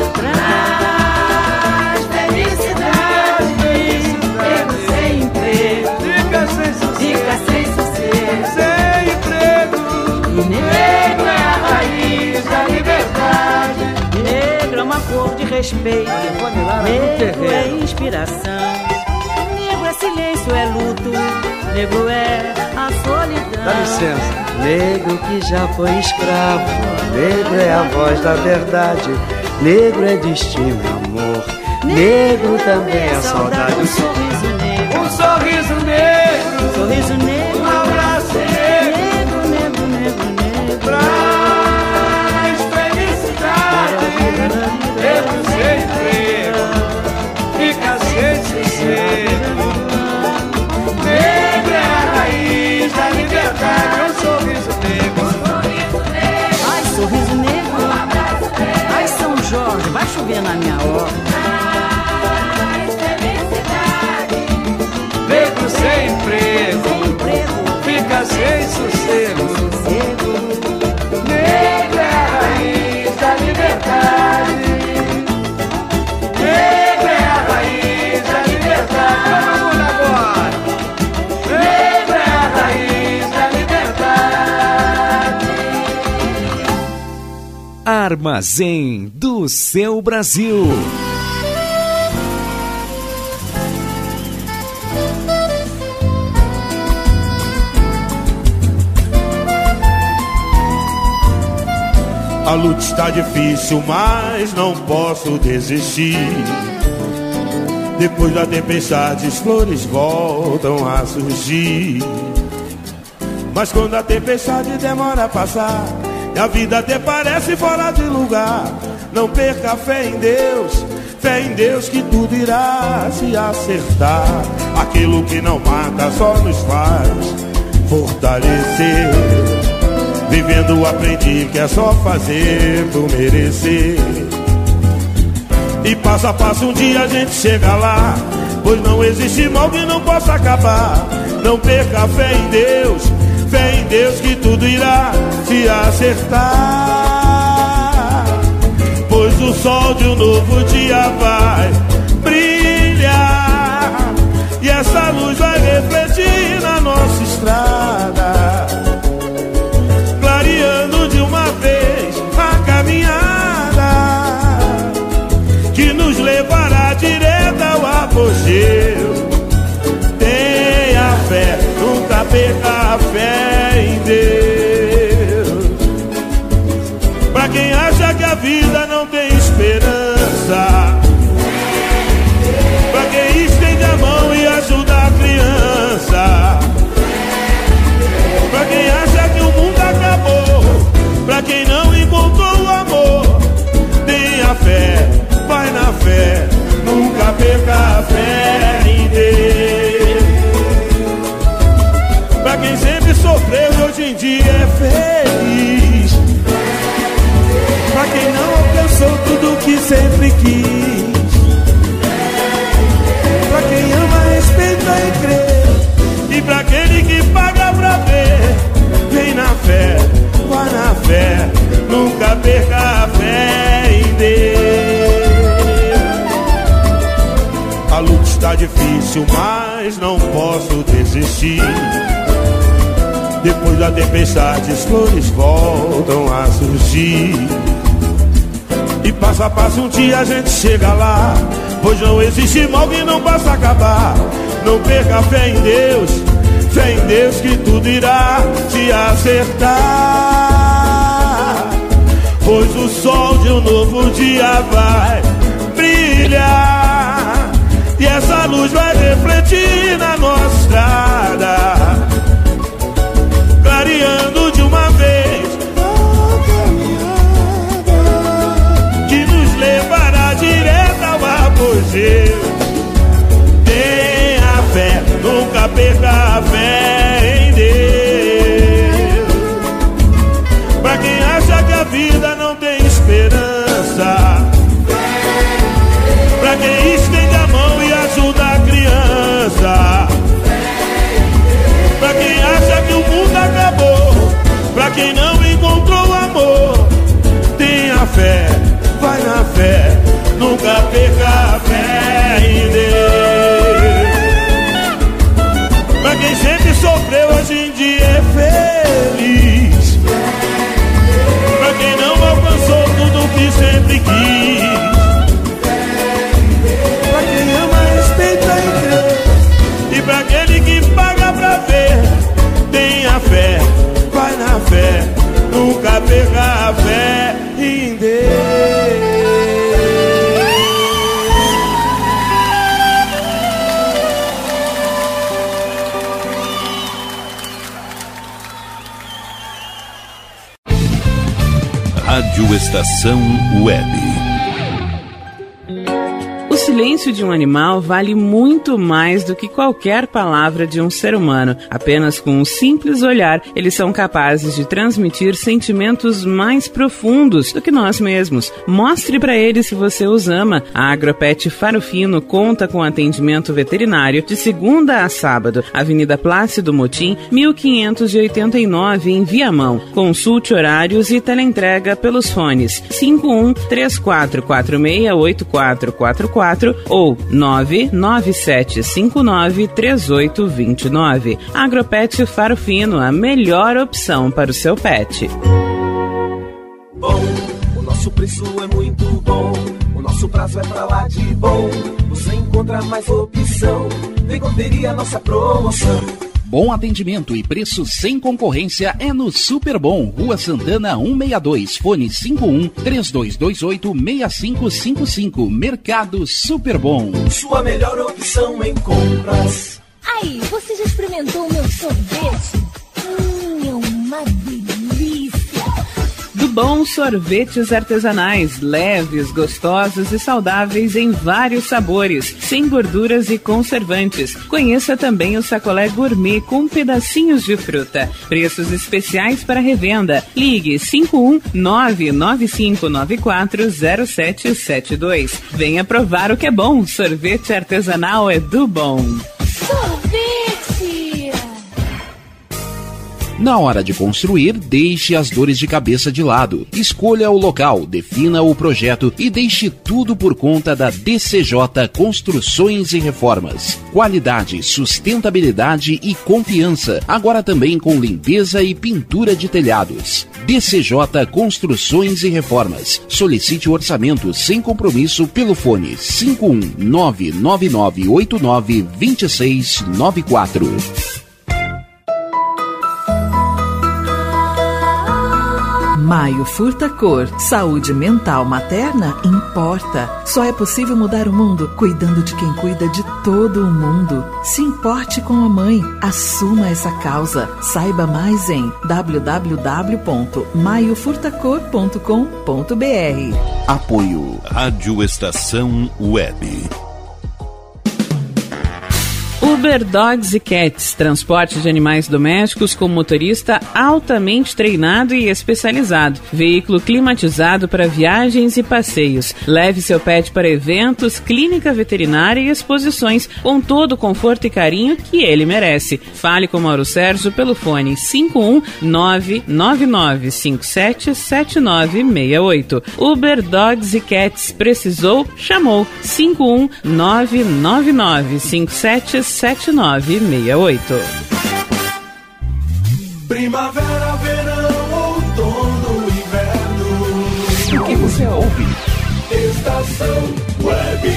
Fica sem sossego, sem emprego. E negro é a raiz da liberdade. Negro é uma cor de respeito, negro é inspiração. Negro é silêncio, é luto, negro é a solidão. Dá licença. Negro que já foi escravo, negro é a voz da verdade. Negro é destino e amor. Negro também é saudade. Um sorriso negro, um sorriso negro, sorriso negro, um abraço negro, negro, negro, negro, traz felicidade. Negro sem emprego, fica sem sossego. Negro é a raiz da liberdade. Um sorriso negro, ai, sorriso negro, um abraço negro. Ai, São Jorge, vai chover na minha horta. Negro sem emprego, sem emprego, fica sem sossego. Negro é a raiz da liberdade. Negro é a raiz da liberdade. Vamos agora. Negro é a raiz da liberdade. Armazém do Seu Brasil. A luta está difícil, mas não posso desistir. Depois da tempestade, as flores voltam a surgir. Mas quando a tempestade demora a passar, a vida até parece fora de lugar. Não perca a fé em Deus, fé em Deus que tudo irá se acertar. Aquilo que não mata só nos faz fortalecer. Vivendo aprendi que é só fazer por merecer. E passo a passo um dia a gente chega lá, pois não existe mal que não possa acabar. Não perca a fé em Deus, fé em Deus que tudo irá se acertar. Pois o sol de um novo dia vai brilhar, e essa luz vai refletir na nossa estrada, clareando de uma vez a caminhada que nos levará direto ao apogeu. Tenha fé, nunca perca a fé em Deus. Pra quem acha que a vida não tem esperança, pra quem estende a mão e ajuda a criança, pra quem acha que o mundo acabou, pra quem não encontrou o amor, alcançou tudo que sempre quis. Pra quem ama, respeita e crê, e pra aquele que paga pra ver, vem na fé, vai na fé, nunca perca a fé em Deus. A luta está difícil, mas não posso desistir. Depois da tempestade as flores voltam a surgir. E passo a passo um dia a gente chega lá, pois não existe mal que não possa acabar. Não perca a fé em Deus, fé em Deus que tudo irá se acertar. Pois o sol de um novo dia vai brilhar, e essa luz vai refletir na nossa estrada, clareando de uma vez a caminhada que nos levará direto ao apogeu. Tenha fé, nunca perca a fé em Deus. Pra quem acha que a vida não tem esperança, pra quem estende a mão e ajuda a criança, pra quem acha que o mundo acabou, pra quem não encontrou amor, tenha fé, vai na fé, nunca perca a fé em Deus. Pra quem sempre sofreu, hoje em dia é feliz. Pra quem não alcançou tudo que sempre quis, pra quem ama, respeita e crê, e pra aquele que paga pra ver, tenha fé, vai na fé, nunca perca a fé em Deus. Rádio Estação Web. O silêncio de um animal vale muito mais do que qualquer palavra de um ser humano. Apenas com um simples olhar, eles são capazes de transmitir sentimentos mais profundos do que nós mesmos. Mostre para eles se você os ama. A Agropet Faro Fino conta com atendimento veterinário de segunda a sábado. Avenida Plácido Motim, mil quinhentos e oitenta e nove, em Viamão. Consulte horários e teleentrega pelos fones cinco um três quatro quatro seis oito quatro quatro quatro ou nove nove sete cinco nove três oito dois nove. Agropet Faro Fino, a melhor opção para o seu pet. Bom, o nosso preço é muito bom, o nosso prazo é pra lá de bom. Você encontra mais opção, vem conferir a nossa promoção. Bom atendimento e preço sem concorrência é no Super Bom, Rua Santana cento e sessenta e dois, fone cinco um três dois dois oito seis cinco cinco cinco. Mercado Super Bom. Sua melhor opção em compras. Aí, você já experimentou o meu sorvete? Hum, é uma delícia! Do Bom Sorvetes Artesanais, leves, gostosos e saudáveis em vários sabores, sem gorduras e conservantes. Conheça também o sacolé gourmet com pedacinhos de fruta. Preços especiais para revenda. Ligue cinco um nove nove cinco nove quatro zero sete sete dois. Venha provar o que é bom. Sorvete artesanal é do Bom. Sorvete! Na hora de construir, deixe as dores de cabeça de lado. Escolha o local, defina o projeto e deixe tudo por conta da D C J Construções e Reformas. Qualidade, sustentabilidade e confiança. Agora também com limpeza e pintura de telhados. D C J Construções e Reformas. Solicite o orçamento sem compromisso pelo fone cinco um nove nove nove oito nove dois seis nove quatro. Maio Furta Cor. Saúde mental materna importa. Só é possível mudar o mundo cuidando de quem cuida de todo o mundo. Se importe com a mãe. Assuma essa causa. Saiba mais em w w w ponto maio furta cor ponto com ponto b r. Apoio Rádio Estação Web. Uber Dogs e Cats, transporte de animais domésticos com motorista altamente treinado e especializado. Veículo climatizado para viagens e passeios. Leve seu pet para eventos, clínica veterinária e exposições com todo o conforto e carinho que ele merece. Fale com Mauro Sérgio pelo fone cinco um nove nove nove cinco sete sete nove seis oito. Uber Dogs e Cats, precisou? Chamou cinco um nove nove nove cinco sete sete nove seis oito. Primavera, verão, outono, inverno. O que você ouve? Estação Web.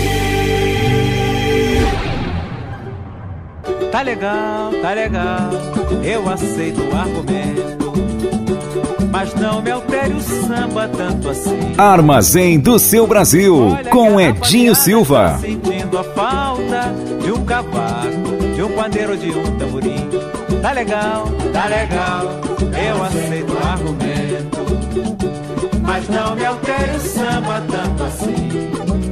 Tá legal, tá legal, eu aceito o argumento, mas não me altere o samba tanto assim. Armazém do Seu Brasil, com Edinho Silva. Tá sentindo a falta de um cavaco, de um pandeiro, de um tamborim. Tá legal, tá legal, eu aceito o argumento, mas não me altere o samba tanto assim.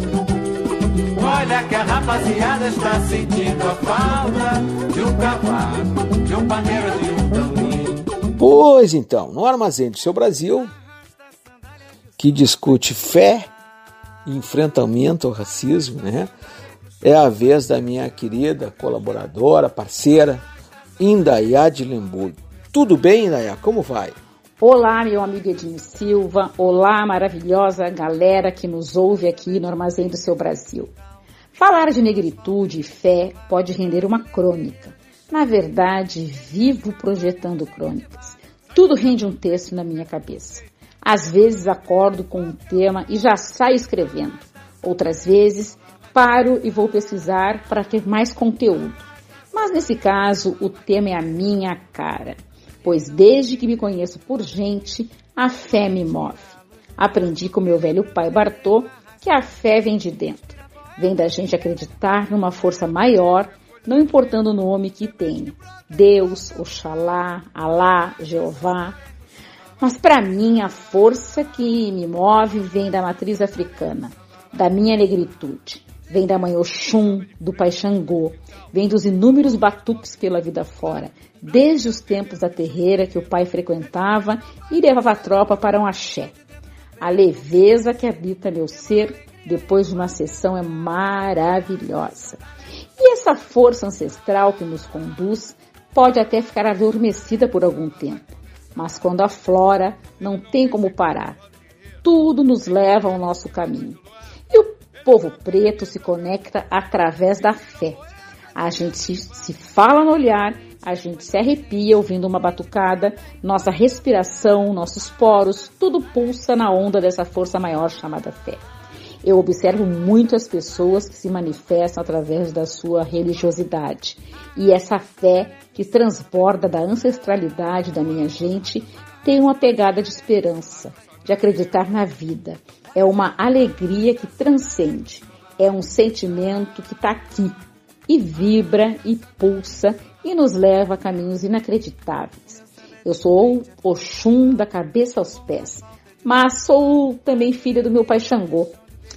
Olha que a rapaziada está sentindo a falta de um cavaco, de um pandeiro, de um tamborim. Pois então, no Armazém do Seu Brasil, que discute fé e enfrentamento ao racismo, né? É a vez da minha querida colaboradora, parceira, Indaiá de Lemburgo. Tudo bem, Indaiá? Como vai? Olá, meu amigo Edinho Silva. Olá, maravilhosa galera que nos ouve aqui no Armazém do Seu Brasil. Falar de negritude e fé pode render uma crônica. Na verdade, vivo projetando crônicas. Tudo rende um texto na minha cabeça. Às vezes acordo com um tema e já saio escrevendo. Outras vezes paro e vou pesquisar para ter mais conteúdo. Mas nesse caso, o tema é a minha cara. Pois desde que me conheço por gente, a fé me move. Aprendi com meu velho pai Bartô que a fé vem de dentro. Vem da gente acreditar numa força maior, não importando o nome que tem. Deus, Oxalá, Alá, Jeová. Mas para mim a força que me move vem da matriz africana, da minha negritude. Vem da mãe Oxum, do pai Xangô. Vem dos inúmeros batuques pela vida fora. Desde os tempos da terreira que o pai frequentava e levava a tropa para um axé. A leveza que habita meu ser depois de uma sessão é maravilhosa. E essa força ancestral que nos conduz pode até ficar adormecida por algum tempo, mas quando aflora, não tem como parar. Tudo nos leva ao nosso caminho. E o povo preto se conecta através da fé. A gente se, se fala no olhar, a gente se arrepia ouvindo uma batucada, nossa respiração, nossos poros, tudo pulsa na onda dessa força maior chamada fé. Eu observo muito as pessoas que se manifestam através da sua religiosidade. E essa fé que transborda da ancestralidade da minha gente tem uma pegada de esperança, de acreditar na vida. É uma alegria que transcende. É um sentimento que está aqui e vibra e pulsa e nos leva a caminhos inacreditáveis. Eu sou Oxum da cabeça aos pés, mas sou também filha do meu pai Xangô.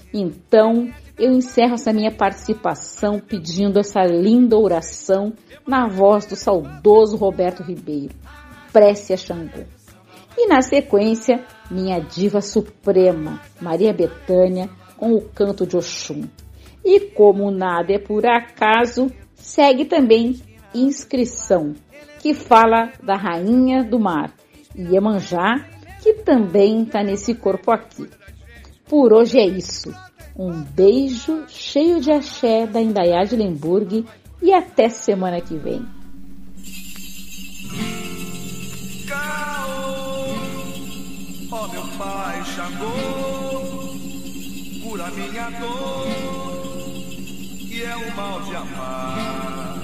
Então, eu encerro essa minha participação pedindo essa linda oração na voz do saudoso Roberto Ribeiro, Prece a Xangô. E na sequência, minha diva suprema, Maria Bethânia, com o canto de Oxum. E como nada é por acaso, segue também Inscrição, que fala da Rainha do Mar, e Iemanjá, que também está nesse corpo aqui. Por hoje é isso. Um beijo cheio de axé da Indaiá de Lemburgo e até semana que vem. Ó meu pai Xangô, cura minha dor, que é o mal de amar.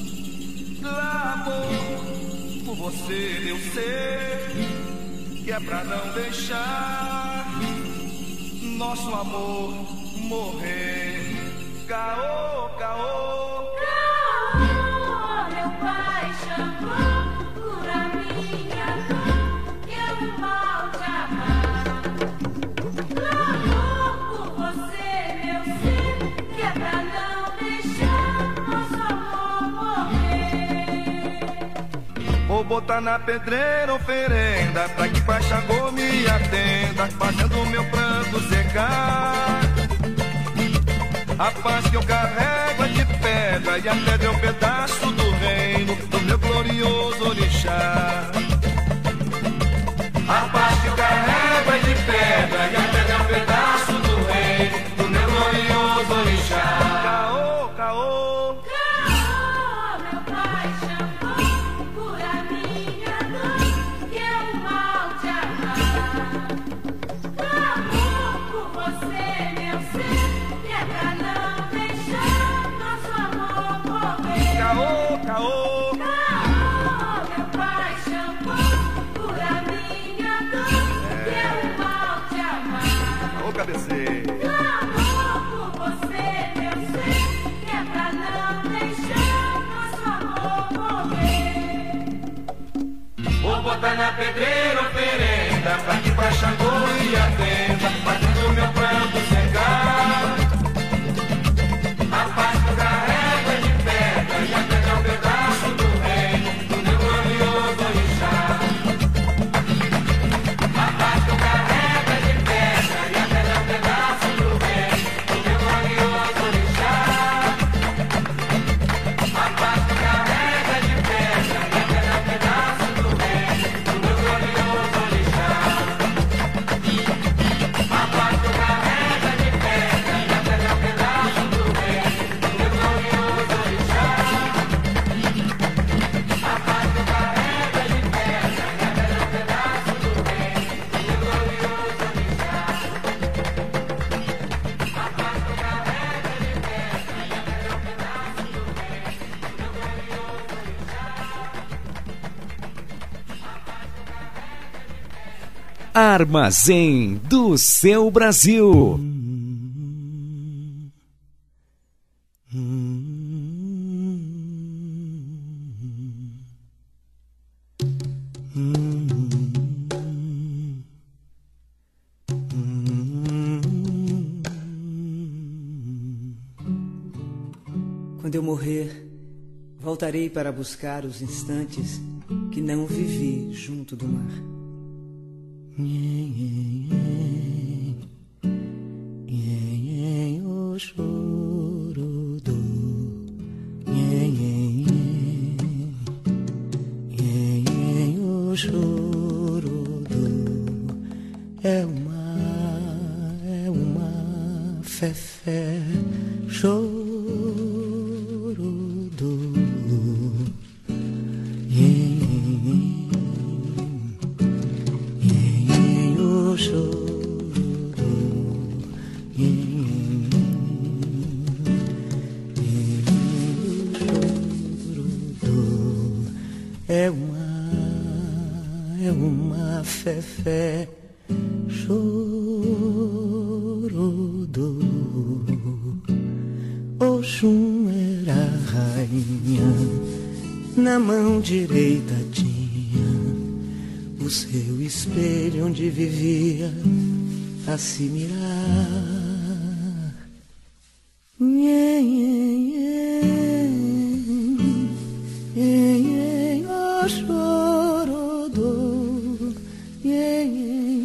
Clamor por você, meu ser, que é pra não deixar nosso amor morrer. Caô, caô. Caô, meu pai Xangô, cura minha dor, que é o mal de amar. Clamor por você, meu ser, que é pra não deixar nosso amor botar na pedreira oferenda, pra que Pai Xangô me atenda, fazendo meu pranto secar. A paz que eu carrego é de pedra, e a pedra é um pedaço do reino do meu glorioso orixá. A paz que eu carrego é de pedra, e a pedra é um pedaço do reino do meu glorioso orixá. Caô, caô, caô, meu Pai Xangô, cura minha dor, que é o mal te amar. Clamor por você, meu ser, que é pra não deixar nosso amor morrer. Caô, caô, caô, meu Pai Xangô, cura minha dor, que é o mal te amar. caô, cabeceiro. Clamor por você, meu ser, que é pra não deixar nosso amor morrer. Vou botar na pedreira oferenda, pra que Pai Xangô me atenda, fazendo meu pranto secar. A paz que eu carrego é de pedra, e a pedra é um pedaço do reino do meu glorioso orixá. A paz que eu carrego é de pedra, e a pedra é um pedaço do reino do meu glorioso orixá. A paz que eu carrego é de pedra, e a pedra é um pedaço do reino do meu glorioso orixá. A paz que eu carrego é de pedra, e a pedra é um pedaço do reino do meu glorioso orixá. A paz que eu carrego é de pedra, e a pedra é um pedaço do reino do meu glorioso orixá. A paz que eu carrego é de pedra, e a pedra é um pedaço do reino do meu glorioso orixá. Armazém do seu Brasil. Quando eu morrer, voltarei para buscar os instantes que não vivi junto do mar. O choro do o choro do é uma é uma fé choro do o choro é uma, é uma fé, fé, choro do Oxum era rainha, na mão direita tinha o seu espelho onde vivia a se mirar. Nhê, nhê, nhê, nhê, nhê, oh, choro do, nhê, nhê,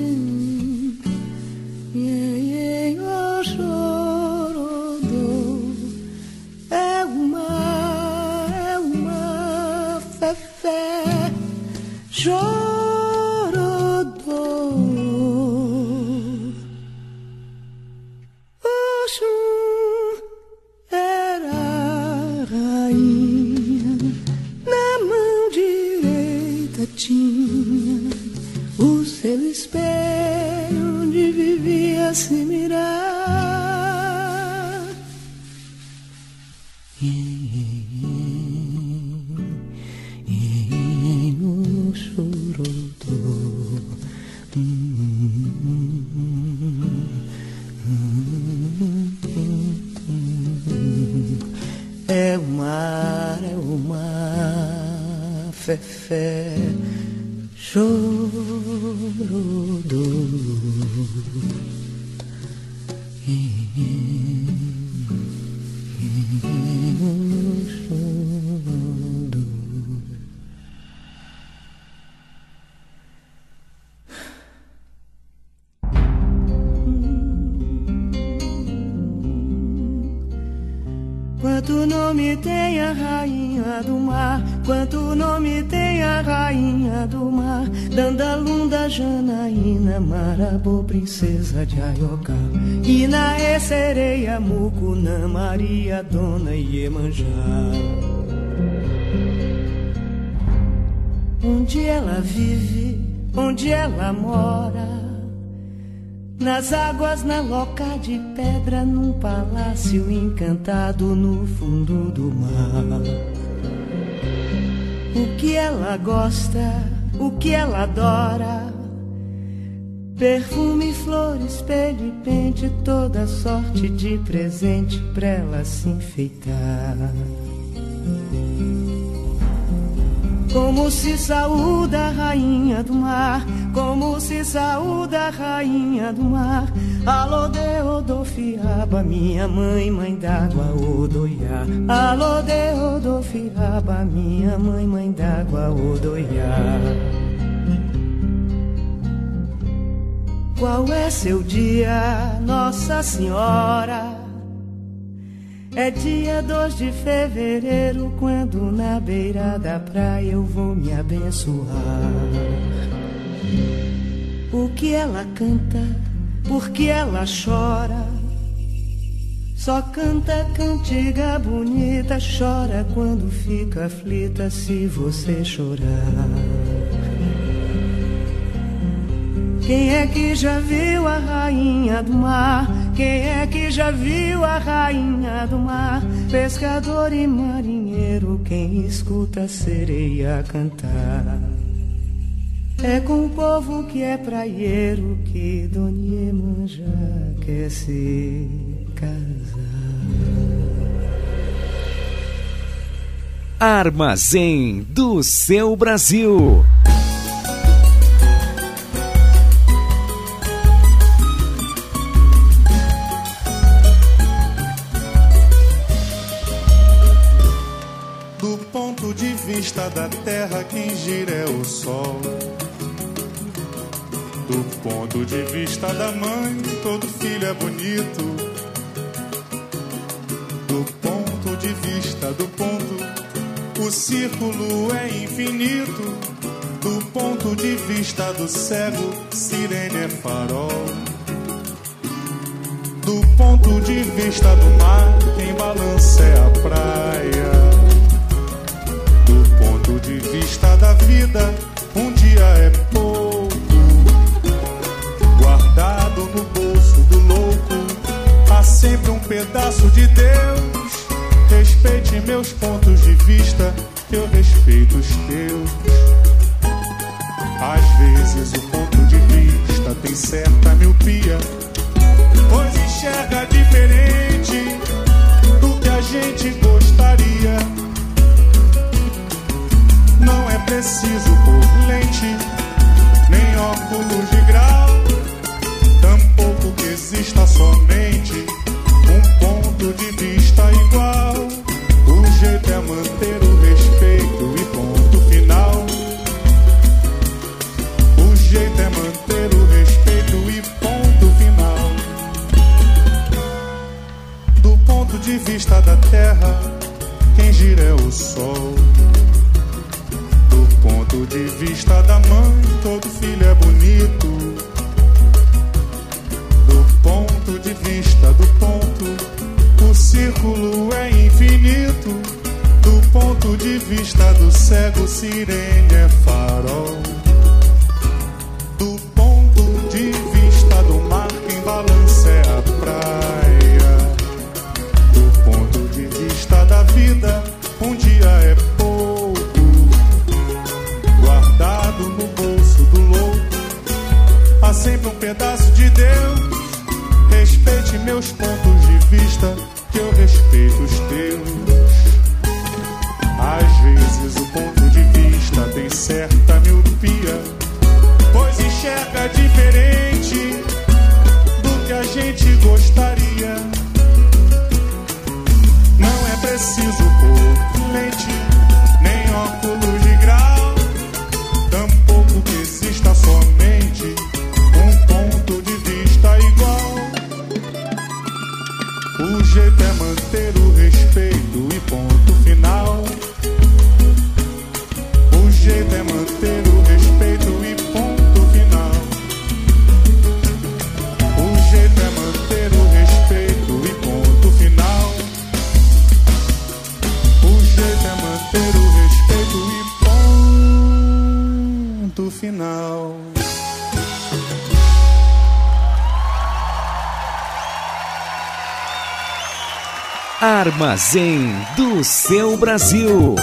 nhê, nhê, oh, choro do, é uma, é uma fé, fé, choro do. Oxum era rainha, na mão direita tinha o seu espelho onde vivia a se mirar. E no choro do é o mar, é o mar, fé, fé, choro do. nome tem a rainha do mar, quanto nome tem a rainha do mar. Dandalunda, Janaína, Marabô, princesa de Ayocá, Inaê, Sereia, Mucunã, Maria, Dona Iemanjá. Onde ela vive, onde ela mora, nas águas, na loca de pedra, num palácio encantado no fundo do mar. O que ela gosta, o que ela adora, perfume, flores, espelho e pente, toda sorte de presente pra ela se enfeitar. Como se saúda a rainha do mar, como se saúda a rainha do mar. Alô, Deodofiaba, minha mãe, mãe d'água, Odoiá. Alô, Deodofiaba, minha mãe, mãe d'água, Odoiá. Qual é seu dia, Nossa Senhora? É dia dois de fevereiro, quando na beira da praia eu vou me abençoar. O que ela canta, por que ela chora? Só canta cantiga bonita, chora quando fica aflita se você chorar. Quem é que já viu a rainha do mar? Quem é que já viu a rainha do mar? Pescador e marinheiro, quem escuta a sereia cantar. É com o povo que é praieiro que Dona Iemanjá quer se casar. Armazém do Seu Brasil. Da terra quem gira é o sol. Do ponto de vista da mãe, todo filho é bonito. Do ponto de vista do ponto, o círculo é infinito. Do ponto de vista do cego, sirene é farol. Do ponto de vista do mar, quem balança é a praia. Do ponto de vista da vida, um dia é pouco. Guardado no bolso do louco, há sempre um pedaço de Deus. Respeite meus pontos de vista, eu respeito os teus. Às vezes o ponto de vista tem certa miopia, pois enxerga diferente do que a gente gostaria. Não é preciso pôr lente, nem óculos de grau, tampouco que exista somente um ponto de vista igual. O jeito é manter o respeito e ponto final. O jeito é manter o respeito e ponto final. Do ponto de vista da terra, quem gira é o sol. Do ponto de vista da mãe, todo filho é bonito. Do ponto de vista do ponto, o círculo é infinito. Do ponto de vista do cego, sirene é farol. Do ponto de vista do mar, quem balança é a praia. Do ponto de vista da vida, um dia é pouco. Guardado no bolso do louco, há sempre um pedaço de Deus. Respeite meus pontos de vista, que eu respeito os teus. Às vezes o ponto de vista tem certa miopia, pois enxerga diferente do que a gente gostaria. Não é preciso pôr lente, nem óculos de grau, tampouco que exista somente um ponto de vista igual. O jeito é manter o respeito e ponto Armazém do Seu Brasil.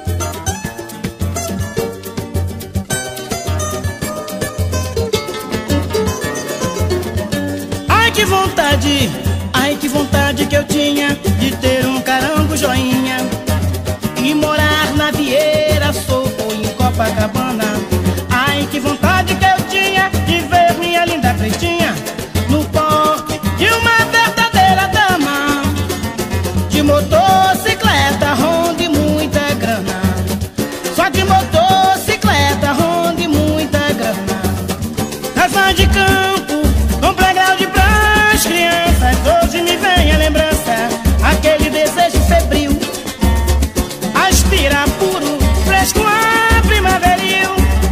Ai que vontade, ai que vontade que eu tinha de ter um carango joinha e morar na Vieira Soco em Copacabana. Ai que vontade que eu tinha de ver minha linda pretinha no porte de uma verdadeira dama, de motocicleta, ronde muita grana, só de motocicleta, ronde muita grana. Casa de campo, com playground pras crianças, hoje me vem a lembrança, aquele desejo febril, aspira puro, fresco ar primaveril,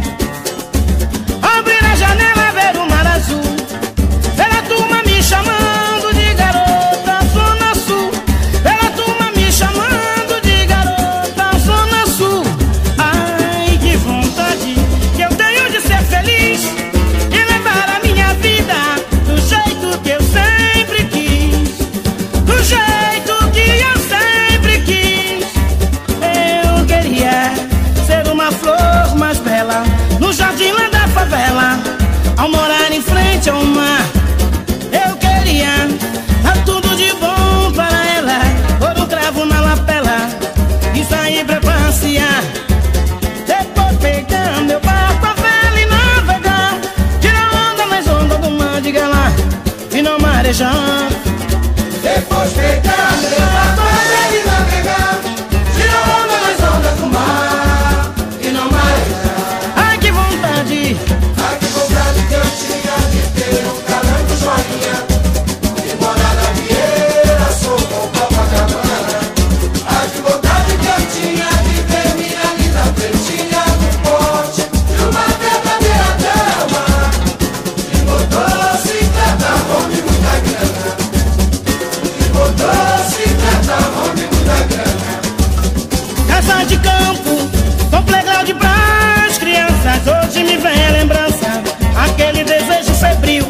abrir a janela, ver o mar azul, ver a turma me chamando de garota Zona Sul, ver a turma me chamando de garota Zona Sul. Ai que vontade que eu tenho de ser feliz e levar a minha vida do jeito que eu sempre quis, do jeito que eu sempre quis. Eu queria ser uma flor mais bela no jardim lá da favela, ao morar em frente ao mar. Eu queria dar tudo de bom para ela, pôr um cravo na lapela e sair pra passear. Depois pegar meu barco a vela e navegar, tirar onda nas ondas do mar, diga lá, e não marejar. Depois pegar meu barco a vela e navegar, tirar onda nas ondas do mar, e não marejar. Ai que vontade, ai que vontade que eu tinha de ter um carango joinha e morar na Vieira Soco com Copacabana. Ai que vontade que eu tinha de ver minha linda pretinha no porte de uma verdadeira dama, de motocicleta, ronde muita grana, de motocicleta, ronde muita grana. Casa de campo, com playground pras crianças, hoje me vem a lembrança, aquele desejo febril,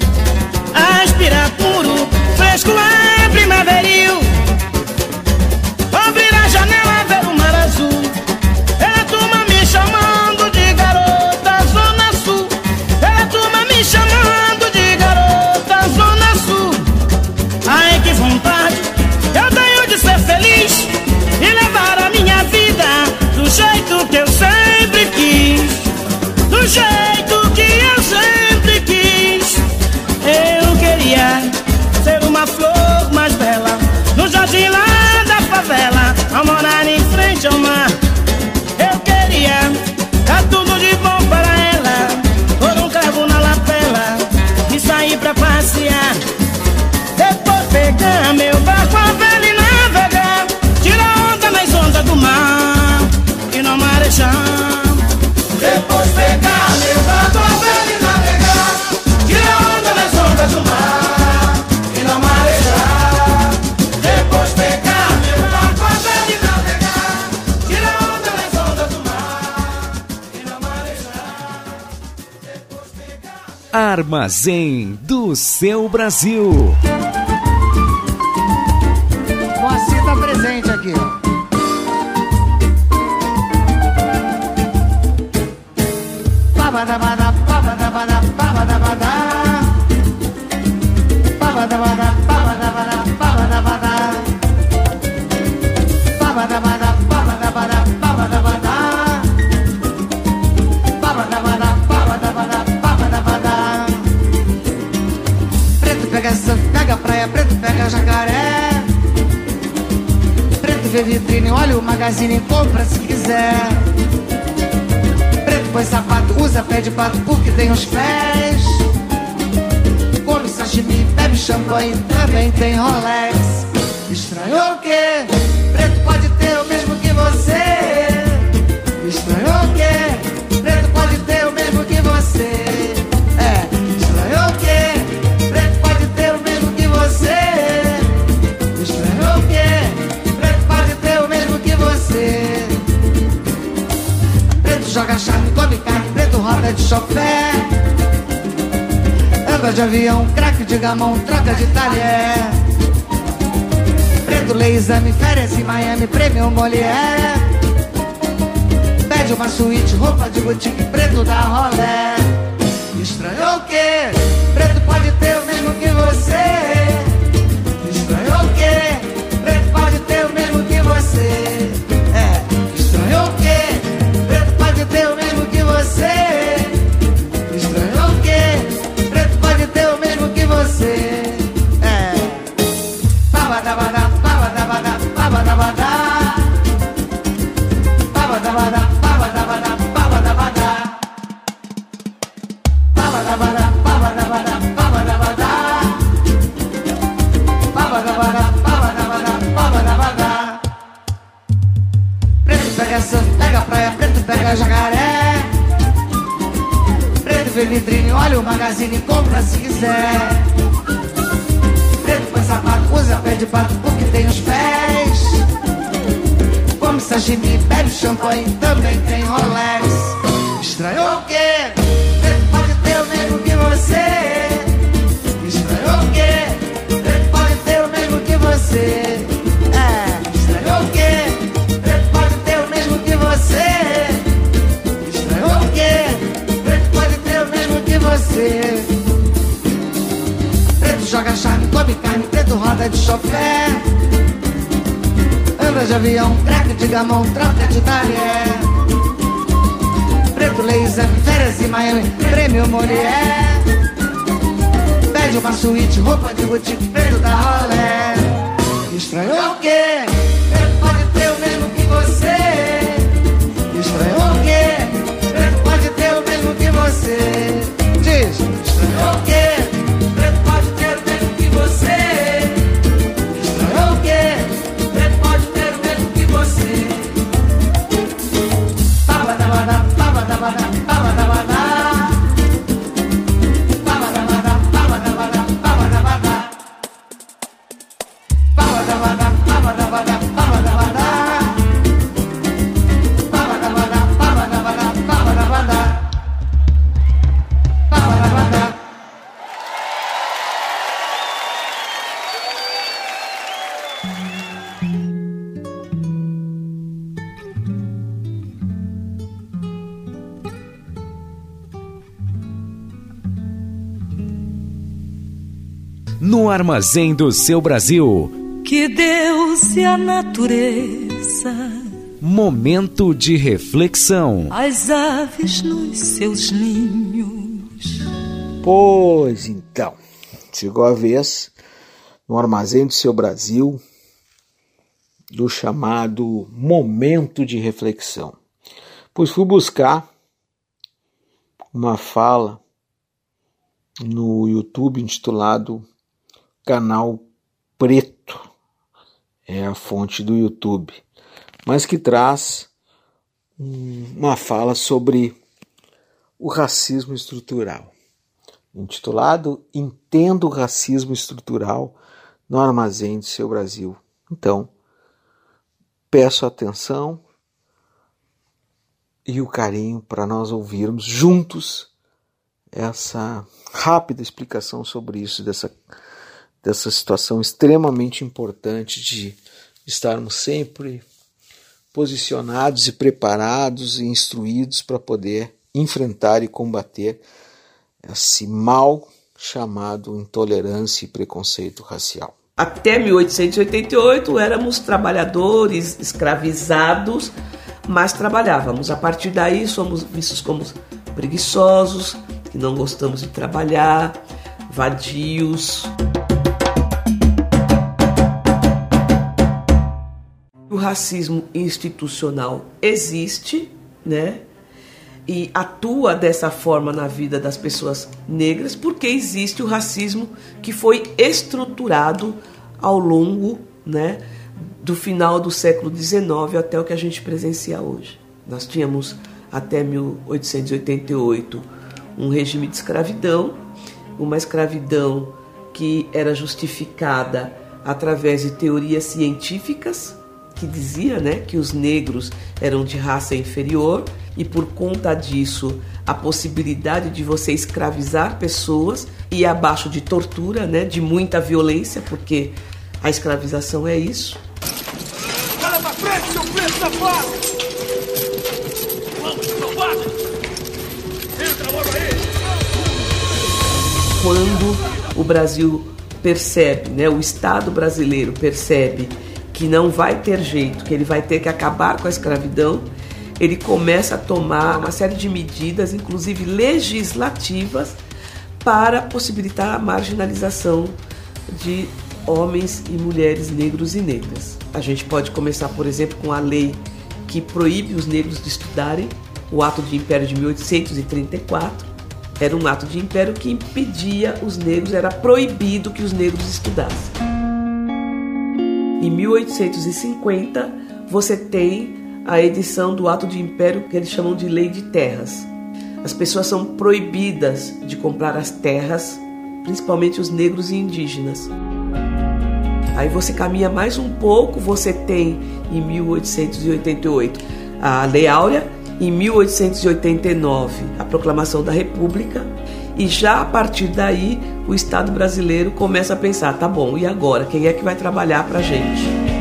aspirar puro, fresco ar primaveril, abrir a janela, ver o mar azul, é a turma me chamando de garota Zona Sul, é a turma me chamando de garota Zona Sul. Ai que vontade eu tenho de ser feliz e levar a minha vida do jeito que eu sempre quis, do jeito que eu sempre quis. Eu queria ser uma flor mais bela no jardim lá da favela, ao morar em frente ao mar. Eu queria dar tudo de bom para ela, pôr um cravo na lapela e sair pra passear. Depois pegar meu barco a vela e navegar, tirar onda nas ondas do mar e não marejar. Depois pegar meu barco a vela e navegar, tirar onda nas ondas do mar e não marejar. Depois pegar meu barco a vela e navegar, tirar onda nas ondas do mar e não marejar. Armazém do Seu Brasil. Moacir tá presente aqui, ó. Babadabada, babadabada, babadabada. Babadabada, babadabada, babadabada. Babadabada, babadabada, babadabada. Babadabada, babadabada, babadabada. Preto pega surf, pega praia, preto pega jacaré. Preto vê vitrine, olha o magazine, compra se quiser. Preto põe sapato, usa pé de pato porque tem os pés. Come sashimi, bebe champanhe, também tem Rolex. Estranhou o quê? Preto pode ter o mesmo que você. Estranhou o quê? Preto pode ter o mesmo que você. É, estranhou o quê? Preto pode ter o mesmo que você. Estranhou o quê? Preto pode ter o mesmo que você. Preto joga charme, come carne, preto roda de chofé. Anda de avião, craque de gamão, troca de talher. Preto lê exame, férias em Miami, prêmio Molière. Pede uma suíte, roupa de boutique, preto da rolé. Estranhou o quê? Preto pode ter o mesmo que você. Estranhou o quê? Preto pode ter o mesmo que você. É, estranhou o quê? Preto pode ter o mesmo que você. Estranhou o quê? Preto pode ter o mesmo que você. É. Babadabadá, babadabadá, babadabadá. Babadabadá, babadabadá, babadabadá. Babadabadá, babadabadá, babadabadá. Babadabadá, babadabadá, babadabadá. Preto pega surf, pega praia, preto pega jacaré. Preto vê vitrine, olha o magazine, compra se quiser. Preto põe sapato, usa pé de pato porque tem os pés. Come sashimi, bebe champanhe, também tem Rolex. Estranhou o quê? Preto pode ter o mesmo que você. Estranhou o quê? Preto pode ter o mesmo que você. É, estranhou o quê? Preto pode ter o mesmo que você. Estranhou o quê? Preto pode ter o mesmo que você. Preto joga charme, come carne, preto roda de chofé. Anda de avião, craque de gamão, troca de talher. Preto lê exame, férias em Miami, prêmio Molière. Pede uma suíte, roupa de boutique, preto da rolé. Estranhou o quê? Preto pode ter o mesmo que você. Estranhou o quê? Preto pode ter o mesmo que você. Diz, estranhou o quê? Preto pode ter o mesmo que você. Estranhou o quê? Preto pode ter o mesmo que você. Babadabadá, babadabadá, babadabadá. Babadabadá, babadabadá, babadabadá. Babadabadá, babadabadá, babadabadá. Babadabadá, babadabadá, babadabadá. Babadabadá. No Armazém do Seu Brasil, Que Deus e a natureza, momento de reflexão. as aves nos seus ninhos. Pois então, chegou a vez no Armazém do Seu Brasil do chamado momento de reflexão. Pois fui buscar uma fala no YouTube intitulado Canal Preto, é a fonte do YouTube, mas que traz uma fala sobre o racismo estrutural, intitulado Entenda o Racismo Estrutural no Armazém do Seu Brasil. Então, peço atenção e o carinho para nós ouvirmos juntos essa rápida explicação sobre isso, dessa, dessa situação extremamente importante de estarmos sempre posicionados e preparados e instruídos para poder enfrentar e combater esse mal chamado intolerância e preconceito racial. Até mil oitocentos e oitenta e oito éramos trabalhadores escravizados, mas trabalhávamos. A partir daí somos vistos como preguiçosos, que não gostamos de trabalhar, vadios. O racismo institucional existe, né? E atua dessa forma na vida das pessoas negras, porque existe o racismo que foi estruturado ao longo, né, do final do século dezenove até o que a gente presencia hoje. Nós tínhamos até mil oitocentos e oitenta e oito um regime de escravidão, uma escravidão que era justificada através de teorias científicas, que dizia, né, que os negros eram de raça inferior, e por conta disso a possibilidade de você escravizar pessoas e abaixo de tortura, né, de muita violência, porque a escravização é isso, lado! Vamos, selvagem! Entra logo aí! Quando o Brasil percebe, né, o Estado brasileiro percebe que não vai ter jeito, que ele vai ter que acabar com a escravidão, ele começa a tomar uma série de medidas, inclusive legislativas, para possibilitar a marginalização de homens e mulheres negros e negras. A gente pode começar, por exemplo, com a lei que proíbe os negros de estudarem, o Ato de Império de mil oitocentos e trinta e quatro. Era um ato de império que impedia os negros, era proibido que os negros estudassem. Em mil oitocentos e cinquenta, você tem a edição do ato de império que eles chamam de Lei de Terras. As pessoas são proibidas de comprar as terras, principalmente os negros e indígenas. Aí você caminha mais um pouco, você tem em mil oitocentos e oitenta e oito a Lei Áurea, em mil oitocentos e oitenta e nove a Proclamação da República, e já a partir daí o Estado brasileiro começa a pensar, tá bom, e agora? Quem é que vai trabalhar pra gente?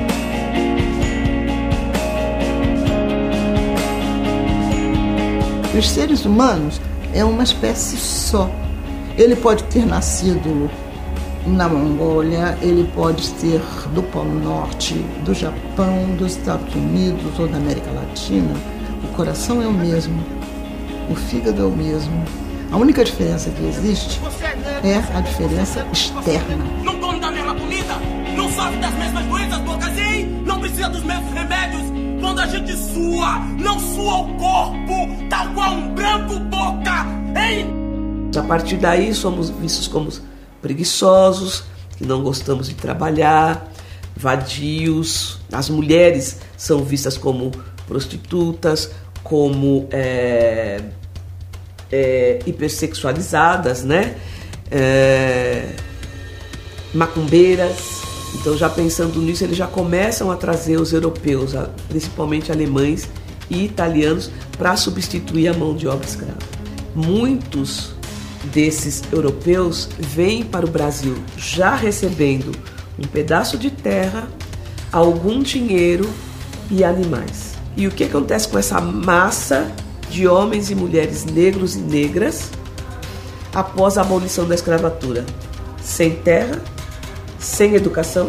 Os seres humanos é uma espécie só. Ele pode ter nascido na Mongólia, ele pode ser do Polo Norte, do Japão, dos Estados Unidos ou da América Latina. O coração é o mesmo, o fígado é o mesmo. A única diferença que existe é a diferença externa. Não come da mesma comida, não sofre das mesmas doenças, boca assim, não precisa dos mesmos remédios. Quando a gente sua, não sua o corpo, tal qual um branco boca, hein? A partir daí somos vistos como preguiçosos, que não gostamos de trabalhar, vadios. As mulheres são vistas como prostitutas, como é, é, hipersexualizadas, né? É, macumbeiras. Então, já pensando nisso, eles já começam a trazer os europeus, principalmente alemães e italianos, para substituir a mão de obra escrava. Muitos desses europeus vêm para o Brasil já recebendo um pedaço de terra, algum dinheiro e animais. E o que acontece com essa massa de homens e mulheres negros e negras após a abolição da escravatura? Sem terra, sem educação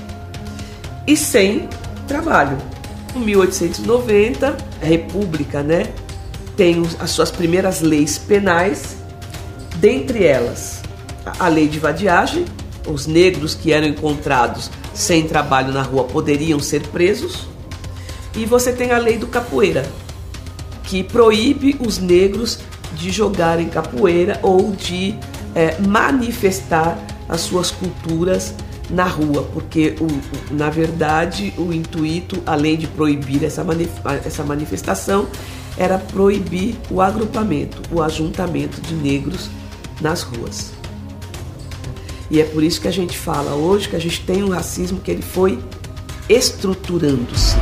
e sem trabalho. Em mil oitocentos e noventa, a República, né, tem as suas primeiras leis penais, dentre elas a lei de vadiagem. Os negros que eram encontrados sem trabalho na rua poderiam ser presos. E você tem a lei do capoeira, que proíbe os negros de jogarem capoeira ou de é, manifestar as suas culturas na rua, porque, o, o, na verdade, o intuito, além de proibir essa, manif essa manifestação, era proibir o agrupamento, o ajuntamento de negros nas ruas. E é por isso que a gente fala hoje que a gente tem um racismo que ele foi estruturando-se.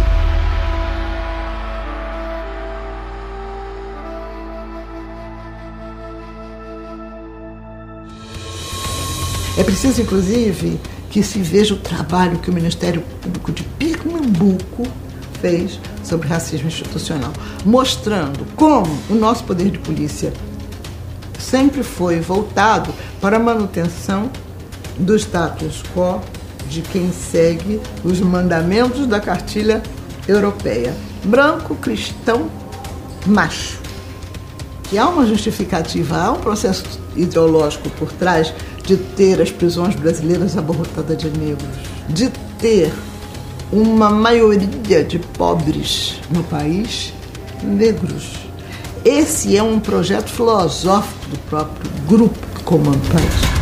É preciso, inclusive, que se veja o trabalho que o Ministério Público de Pernambuco fez sobre racismo institucional, mostrando como o nosso poder de polícia sempre foi voltado para a manutenção do status quo de quem segue os mandamentos da cartilha europeia. Branco, cristão, macho. Que há uma justificativa, há um processo ideológico por trás de ter as prisões brasileiras abarrotadas de negros, de ter uma maioria de pobres no país negros. Esse é um projeto filosófico do próprio grupo que comanda o país.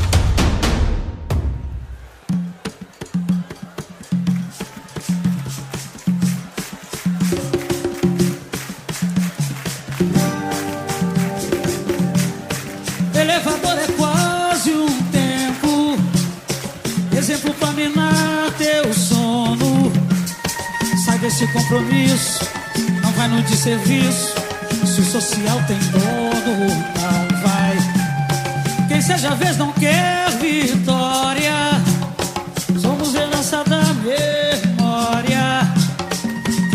Elevador é quase um tempo, exemplo pra minar teu sono. Sai desse compromisso, não vai no desserviço. Se o social tem dono, não vai. Quem seja vez não quer vitória. Somos herança da memória. Temos a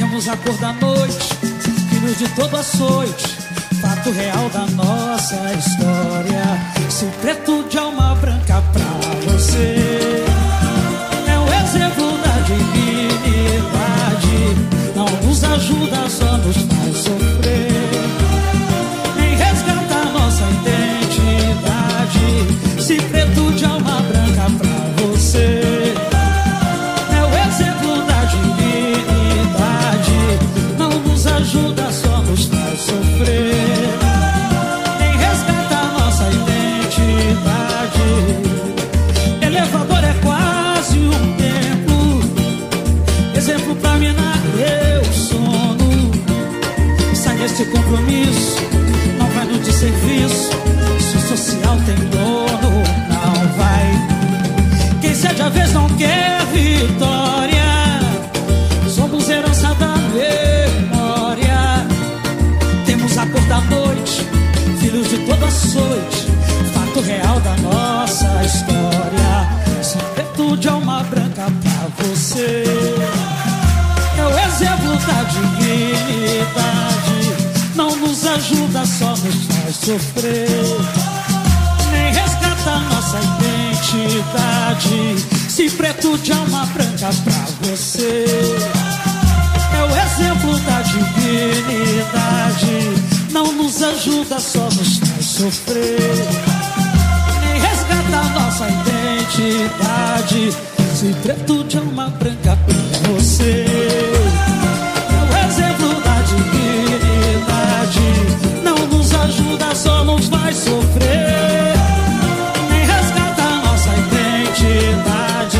cor da noite, filhos de todo açoite, fato real da nossa história. Se preto de alma branca pra você é um exemplo da dignidade, não nos ajuda, só nos faz sofrer, nem resgata nossa identidade. Se preto de alma branca pra você é o exemplo da dignidade, não nos ajuda, só nos faz sofrer, nem resgata nossa identidade. Elevador é quase um templo, exemplo pra minar meu sono. Sai desse compromisso, não vai no desserviço, se o social tem dono, não vai. Quem cede a vez não quer vitória, somos herança da memória. Temos a cor da noite, filhos de toda açoite, fato real da nossa história. Se preto de alma branca pra você é o exemplo da dignidade, não nos ajuda, só nos faz sofrer, nem resgata nossa identidade. Se preto de alma branca pra você é o exemplo da dignidade, não nos ajuda, só nos faz sofrer, nem resgata nossa identidade. Se preto de alma branca pra você é o exemplo da dignidade, não nos ajuda, só nos faz sofrer, nem resgata nossa identidade.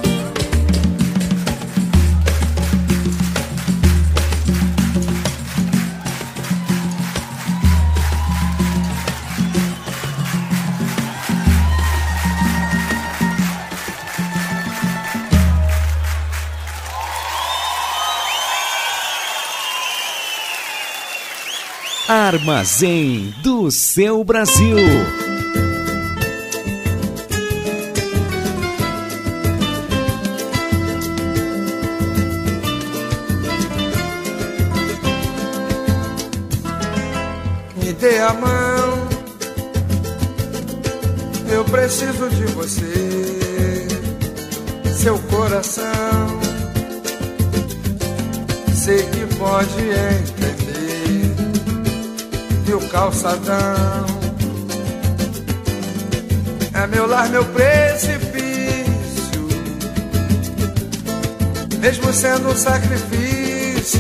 Armazém do seu Brasil. Me dê a mão, eu preciso de você, seu coração, sei que pode entender. E o calçadão é meu lar, meu precipício, mesmo sendo um sacrifício.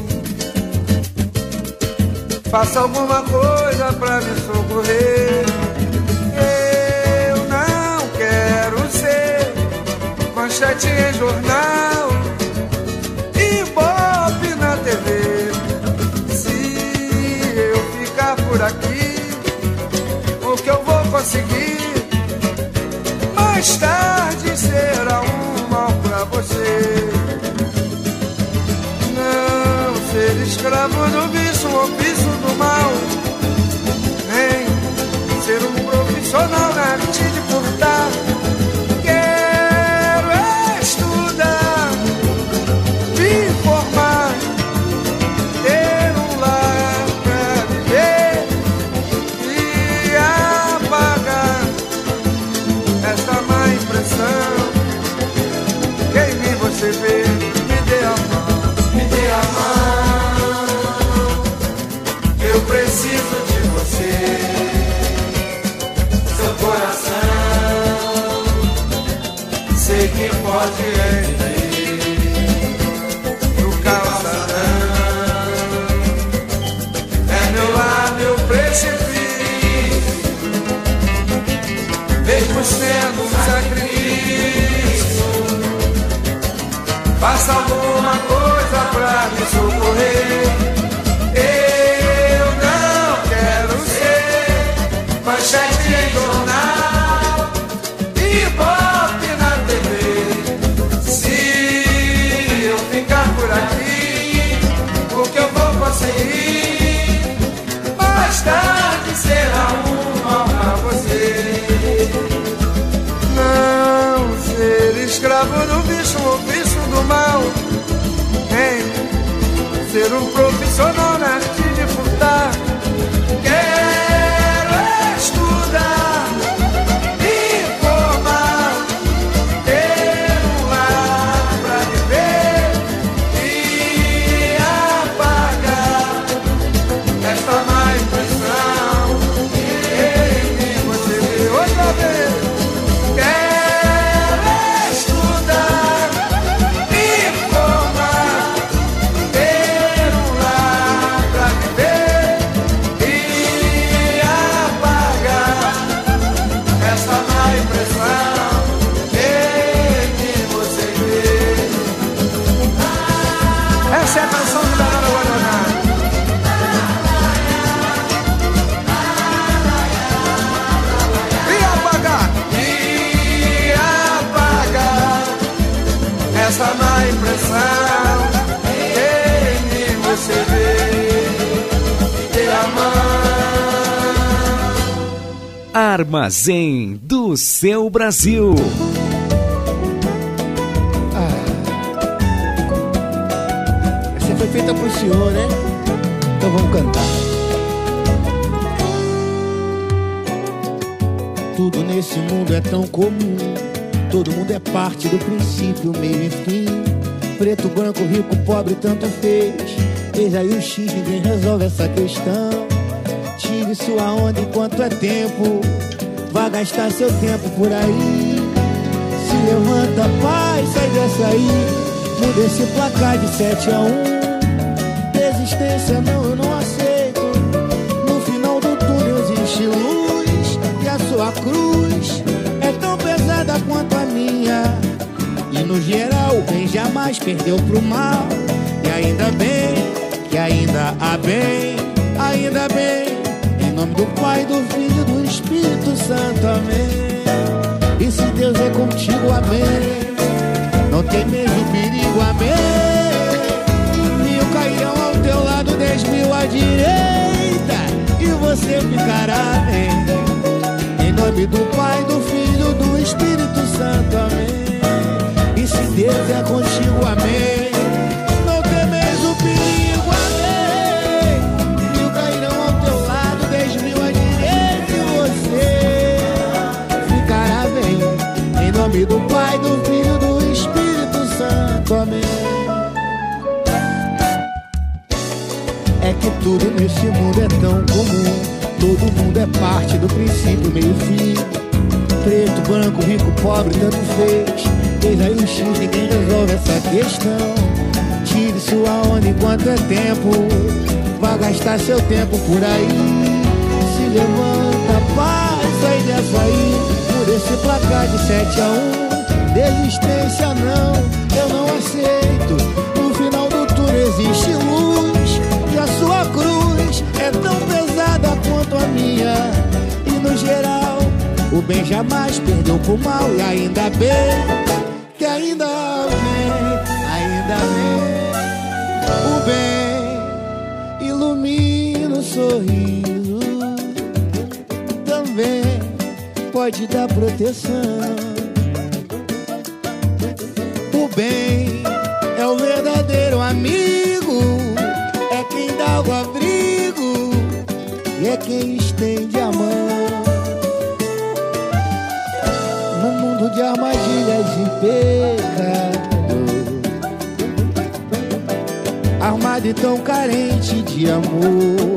Faça alguma coisa pra me socorrer. Eu não quero ser manchete em jornal e bope na T V. Por aqui, o que eu vou conseguir mais tarde será um mal pra você. Não ser escravo do vício ou vício do mal, nem ser um profissional na arte de cortar. Quero estudar, me informar, ter um lar pra viver e apagar essa má impressão que em mim você vê. Me dê a mão, me dê a mão, eu preciso de você, seu coração, sei que pode entender no calçadão, é meu lar, meu precipício, mesmo sendo um sacrifício. Faça alguma coisa pra me socorrer. Eu não quero ser manchete em jornal e bote na T V. Se eu ficar por aqui, o que eu vou conseguir mais tarde será um mal pra você. Não ser escravo do vício ou vício do mal, nem ser um profissional na arte de furtar. Quero estudar, informar, ter um lar pra viver e apagar esta má impressão em mim você vê outra vez. Quero estudar, informar, ter um lar pra viver e apagar essa má impressão em mim você vê. Essa é a canção do Danado Guaraná. E apagar, e apagar essa má impressão em mim você vê. Te amar. Armazém do seu Brasil. Essa foi feita pro senhor, né? Então vamos cantar. Tudo nesse mundo é tão comum. Todo mundo é parte do princípio, meio e fim. Preto, branco, rico, pobre, tanto fez. Eis aí o X, ninguém resolve essa questão. Tire sua onda enquanto é tempo. Vá gastar seu tempo por aí. Se levanta, pai, sai dessa aí. Muda esse placar de sete a um. Desistência não, eu não aceito. No final do túnel existe luz. E a sua cruz é tão pesada quanto a minha. E no geral o bem jamais perdeu pro mal. E ainda bem, que ainda há bem. Ainda bem, em nome do Pai, do Filho e do Espírito Santo, amém. E se Deus é contigo, amém. Não tem mesmo perigo, amém. Mil cairão ao teu lado, dez mil à direita, e você ficará, amém. Em nome do Pai, do Filho e do Espírito Santo, amém. E se Deus é contigo, amém. Não temeis o perigo, amém. Mil cairão ao teu lado, dez mil à direita, e você ficará bem. Em nome do Pai, do Filho e do Espírito Santo, amém. É que tudo neste mundo é tão comum. Todo mundo é parte do princípio, meio fim. Preto, branco, rico, pobre, tanto fez. Eis aí o X, ninguém resolve essa questão. Tire sua onda enquanto é tempo. Vá gastar seu tempo por aí. Se levanta, pai, sai dessa aí. Por esse placar de sete a um. Desistência não, eu não aceito. No final do túnel existe luz. E a sua cruz é tão pesada quanto a minha. E no geral o bem jamais perdeu pro mal. E ainda bem, que ainda bem, ainda bem, o bem ilumina o sorriso. Também pode dar proteção. O bem é o verdadeiro amigo. É quem dá o abrigo e é quem estende a mão. No mundo de armadilhas e pecado, armado e tão carente de amor,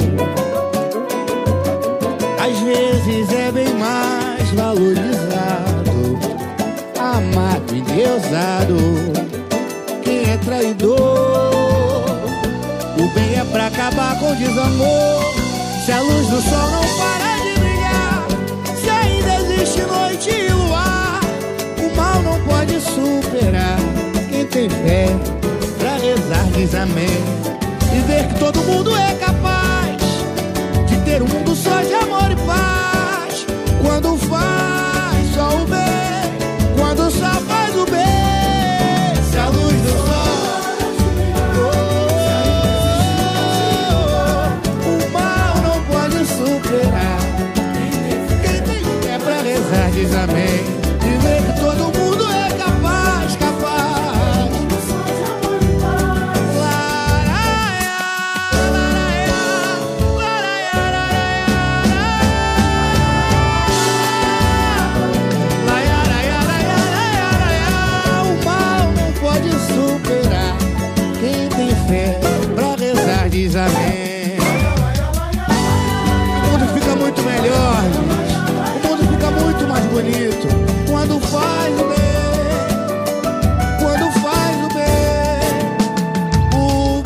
às vezes é bem mais valorizado, amado e endeusado, quem é traidor. O bem é pra acabar com o desamor. Se a luz do sol não para de brilhar, se ainda existe noite e luar, o mal não pode superar. Quem tem fé pra rezar diz amém. E ver que todo mundo é capaz de ter um mundo só de amor e paz. Quando faz só o bem, quando só faz o bem. Se a luz do sol superar, quem tem fé pra rezar diz amém. E ver que todo mundo é capaz, capaz. Lá, lá, lá. bonito quando faz o bem. Quando faz o bem, o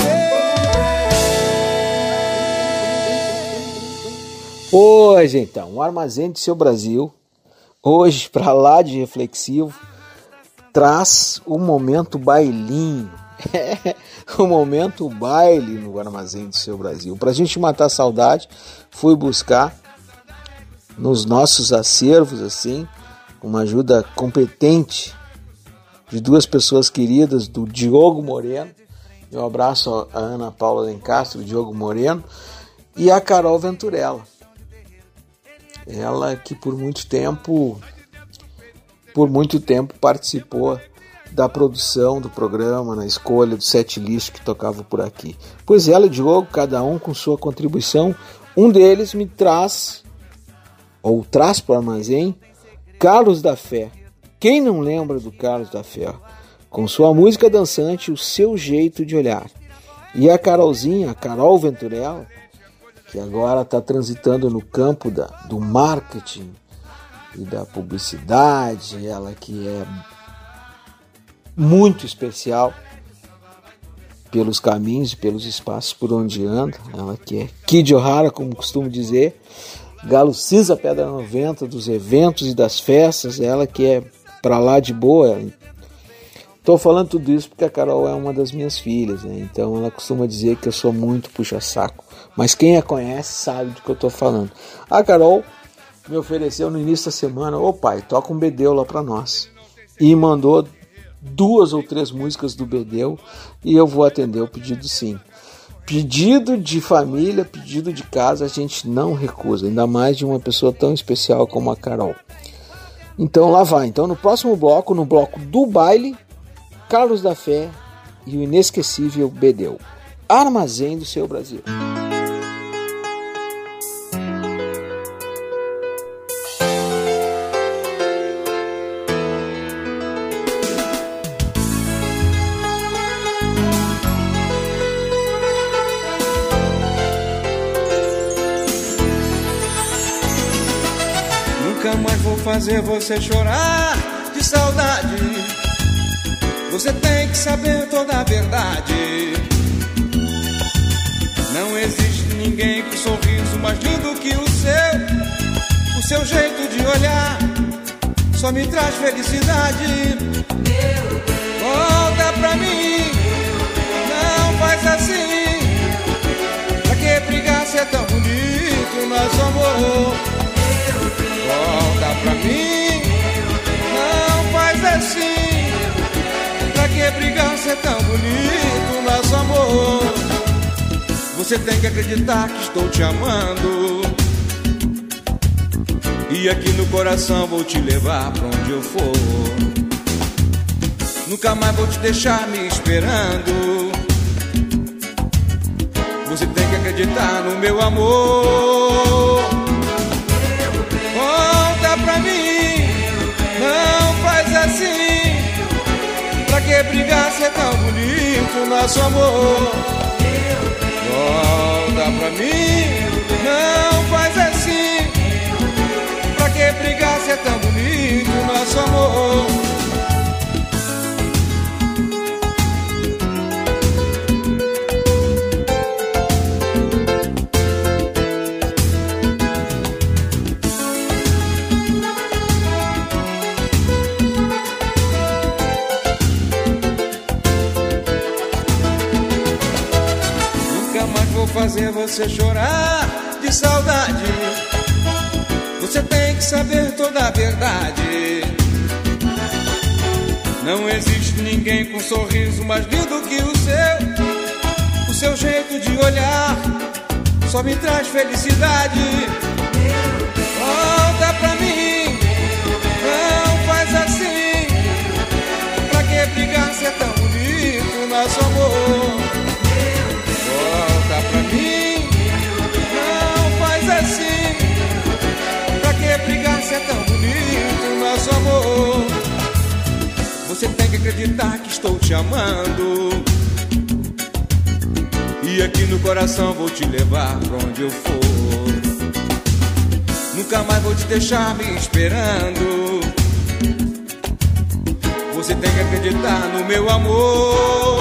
bem. Pois então, o Armazém do Seu Brasil, hoje para lá de reflexivo, traz o momento bailinho. O momento baile no Armazém do Seu Brasil. Para a gente matar a saudade, fui buscar nos nossos acervos, assim, uma ajuda competente de duas pessoas queridas, do Diogo Moreno. Um abraço a Ana Paula Lencastre, o Diogo Moreno, e a Carol Venturella. Ela que por muito tempo, por muito tempo participou da produção do programa, na escolha do setlist que tocava por aqui. Pois ela e o Diogo, cada um com sua contribuição, um deles me traz, ou traz para o Armazém, Carlos da Fé. Quem não lembra do Carlos da Fé? Com sua música dançante, o seu jeito de olhar. E a Carolzinha, a Carol Venturella, que agora está transitando no campo da, do marketing e da publicidade, ela que é muito especial pelos caminhos e pelos espaços por onde anda, ela que é Kid O'Hara, como costumo dizer, Galo Cisa Pedra noventa dos eventos e das festas, ela que é pra lá de boa. Estou falando tudo isso porque a Carol é uma das minhas filhas, né? Então ela costuma dizer que eu sou muito puxa-saco, mas quem a conhece sabe do que eu estou falando. A Carol me ofereceu no início da semana: ô pai, toca um Bedeu lá para nós, e mandou duas ou três músicas do Bedeu, e eu vou atender o pedido sim. Pedido de família, pedido de casa, a gente não recusa, ainda mais de uma pessoa tão especial como a Carol. Então lá vai. Então no próximo bloco, no bloco do baile, Carlos da Fé e o inesquecível Bedeu. Armazém do Seu Brasil. Nunca mais vou fazer você chorar de saudade. Você tem que saber toda a verdade. Não existe ninguém com sorriso mais lindo que o seu. O seu jeito de olhar só me traz felicidade. Volta pra mim, não faz assim. Pra que brigar se é tão bonito nosso amor? Volta pra mim, não faz assim. Pra que brigar se é tão bonito nosso amor? Você tem que acreditar que estou te amando, e aqui no coração vou te levar pra onde eu for. Nunca mais vou te deixar me esperando. Você tem que acreditar no meu amor. Volta pra mim, não faz assim. Pra que brigar se é tão bonito nosso amor? Volta pra mim, não faz assim. Pra que brigar se é tão bonito nosso amor? Fazer você chorar de saudade. Você tem que saber toda a verdade. Não existe ninguém com um sorriso mais lindo que o seu. O seu jeito de olhar só me traz felicidade. Volta pra mim, não faz assim. Pra que brigar se é tão bonito nosso amor? Volta pra mim, não faz assim. Pra que brigar se é tão bonito nosso amor? Você tem que acreditar que estou te amando, e aqui no coração vou te levar pra onde eu for. Nunca mais vou te deixar me esperando. acreditar no meu amor.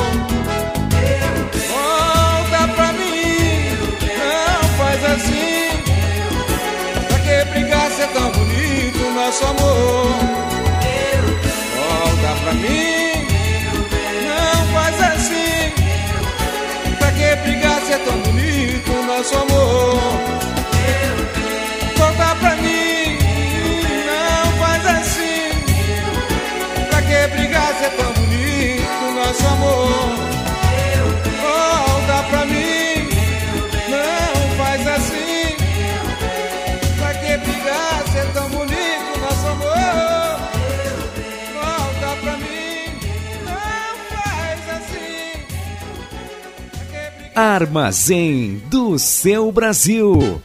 Volta pra mim, não faz assim. Pra que brigar se é tão bonito o nosso amor? Volta pra mim, não faz assim. Pra que brigar se é tão bonito o nosso amor? Volta pra mim, não faz assim. Pra que brigar se é tão bonito o nosso amor? Volta pra mim, não faz assim. Pra que brigar se é tão bonito o nosso amor? Volta pra mim, não faz assim. Armazém do Seu Brasil.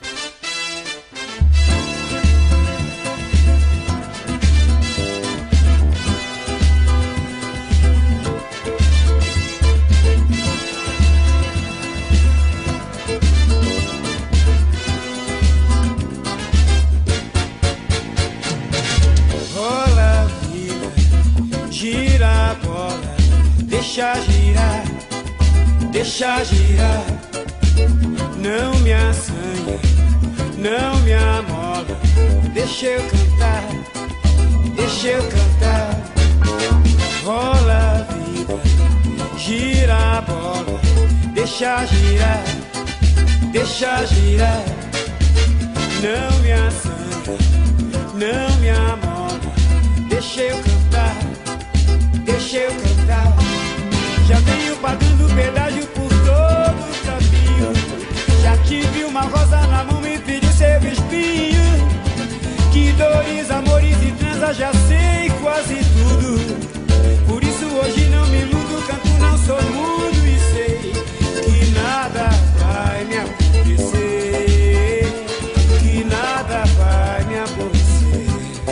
Rola a vida, gira a bola, deixa girar, deixa girar. Não me assanha, não me amola, deixa eu cantar, deixa eu cantar. Rola a vida, gira a bola, deixa girar, deixa girar. Não me assanha, não me amola, deixa eu cantar, deixa eu cantar. Já venho pagando pedágio por todo o caminho. Já tive uma rosa na mão, me pediu seu espinho. Que dores, amores e transa, já sei quase tudo. Por isso hoje não me iludo, canto, não sou mudo. E sei que nada vai me acontecer, que nada vai me aborrecer,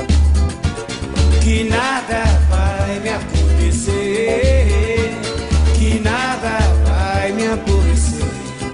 que nada vai me acontecer, que nada vai me aborrecer.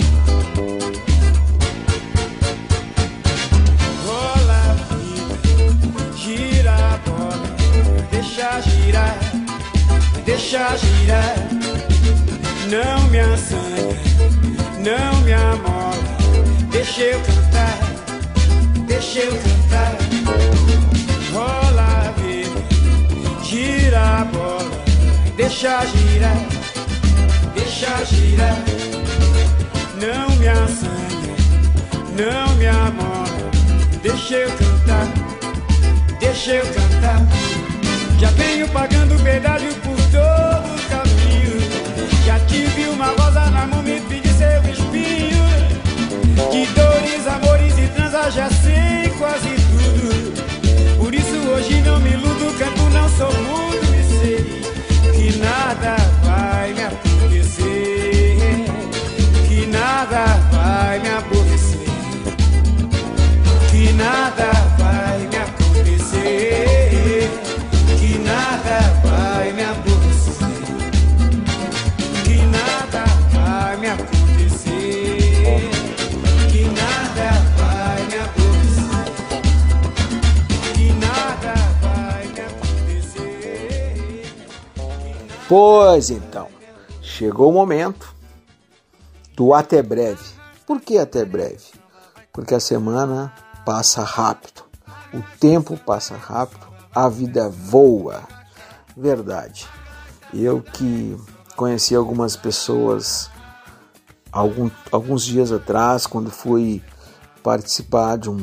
Rola a vida, gira a bola, deixa girar, deixa girar. Não me assanha, não me amola, deixa eu cantar, deixa eu cantar. Rola a vida, gira a bola, deixa girar, deixa girar. Não me assanha, não me amola, deixa eu cantar, deixa eu cantar. Já venho pagando pedágio por todo o caminho. Já tive uma rosa na mão, me pedi seu espinho. Que dores, amores e transa, já sei quase tudo. Por isso hoje não me iludo, canto, não sou mudo. E sei que nada vai me acontecer, que nada vai me aborrecer, que nada vai me acontecer, que nada vai me aborrecer, que nada vai me acontecer, que nada vai me aborrecer, que nada vai me acontecer. Pois então, chegou o momento do até breve. Por que até breve? Porque a semana passa rápido, o tempo passa rápido, a vida voa. Verdade. Eu que conheci algumas pessoas algum, alguns dias atrás, quando fui participar de um,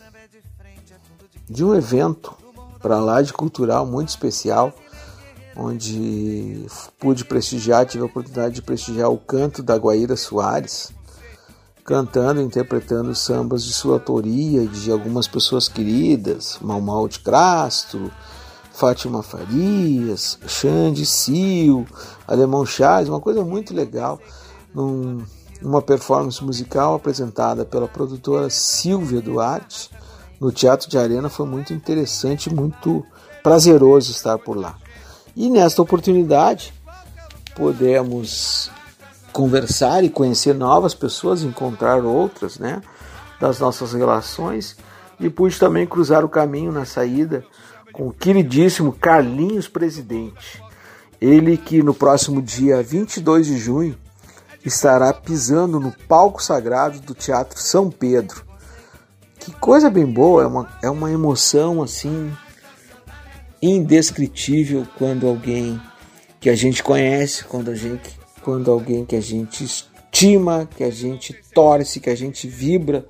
de um evento para lá de cultural muito especial, onde pude prestigiar, tive a oportunidade de prestigiar o canto da Guaíra Soares, cantando e interpretando sambas de sua autoria e de algumas pessoas queridas, Malmal de Castro, Fátima Farias, Xande Sil, Alemão Chaves, uma coisa muito legal, num, numa performance musical apresentada pela produtora Silvia Duarte, no Teatro de Arena. Foi muito interessante, muito prazeroso estar por lá. E nesta oportunidade, podemos conversar e conhecer novas pessoas, encontrar outras, né, das nossas relações, e pude também cruzar o caminho na saída com o queridíssimo Carlinhos Presidente, Ele que no próximo dia vinte e dois de junho estará pisando no palco sagrado do Teatro São Pedro. Que coisa bem boa, é uma, é uma emoção assim indescritível quando alguém que a gente conhece, quando, a gente, quando alguém que a gente estima, que a gente torce, que a gente vibra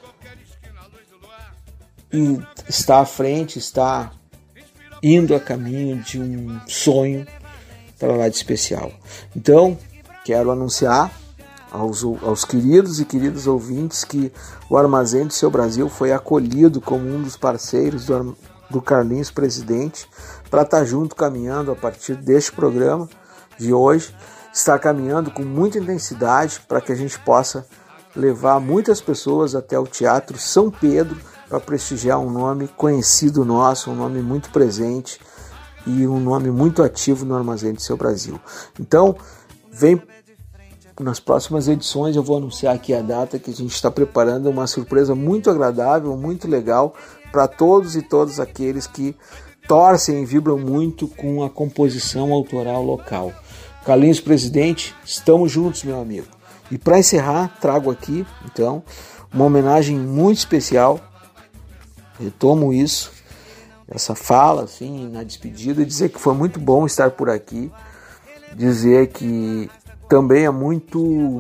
e está à frente, está indo a caminho de um sonho para lá de especial. Então, quero anunciar aos, aos queridos e queridas ouvintes que o Armazém do Seu Brasil foi acolhido como um dos parceiros do, do Carlinhos Presidente para estar junto caminhando a partir deste programa de hoje, estar caminhando com muita intensidade para que a gente possa levar muitas pessoas até o Teatro São Pedro para prestigiar um nome conhecido nosso, um nome muito presente e um nome muito ativo no Armazém do Seu Brasil. Então, vem nas próximas edições, eu vou anunciar aqui a data que a gente está preparando, uma surpresa muito agradável, muito legal para todos e todas aqueles que torcem e vibram muito com a composição autoral local. Carlinhos Presidente, estamos juntos, meu amigo. E para encerrar, trago aqui, então, uma homenagem muito especial. Retomo isso, essa fala, assim, na despedida, e dizer que foi muito bom estar por aqui, dizer que também é muito,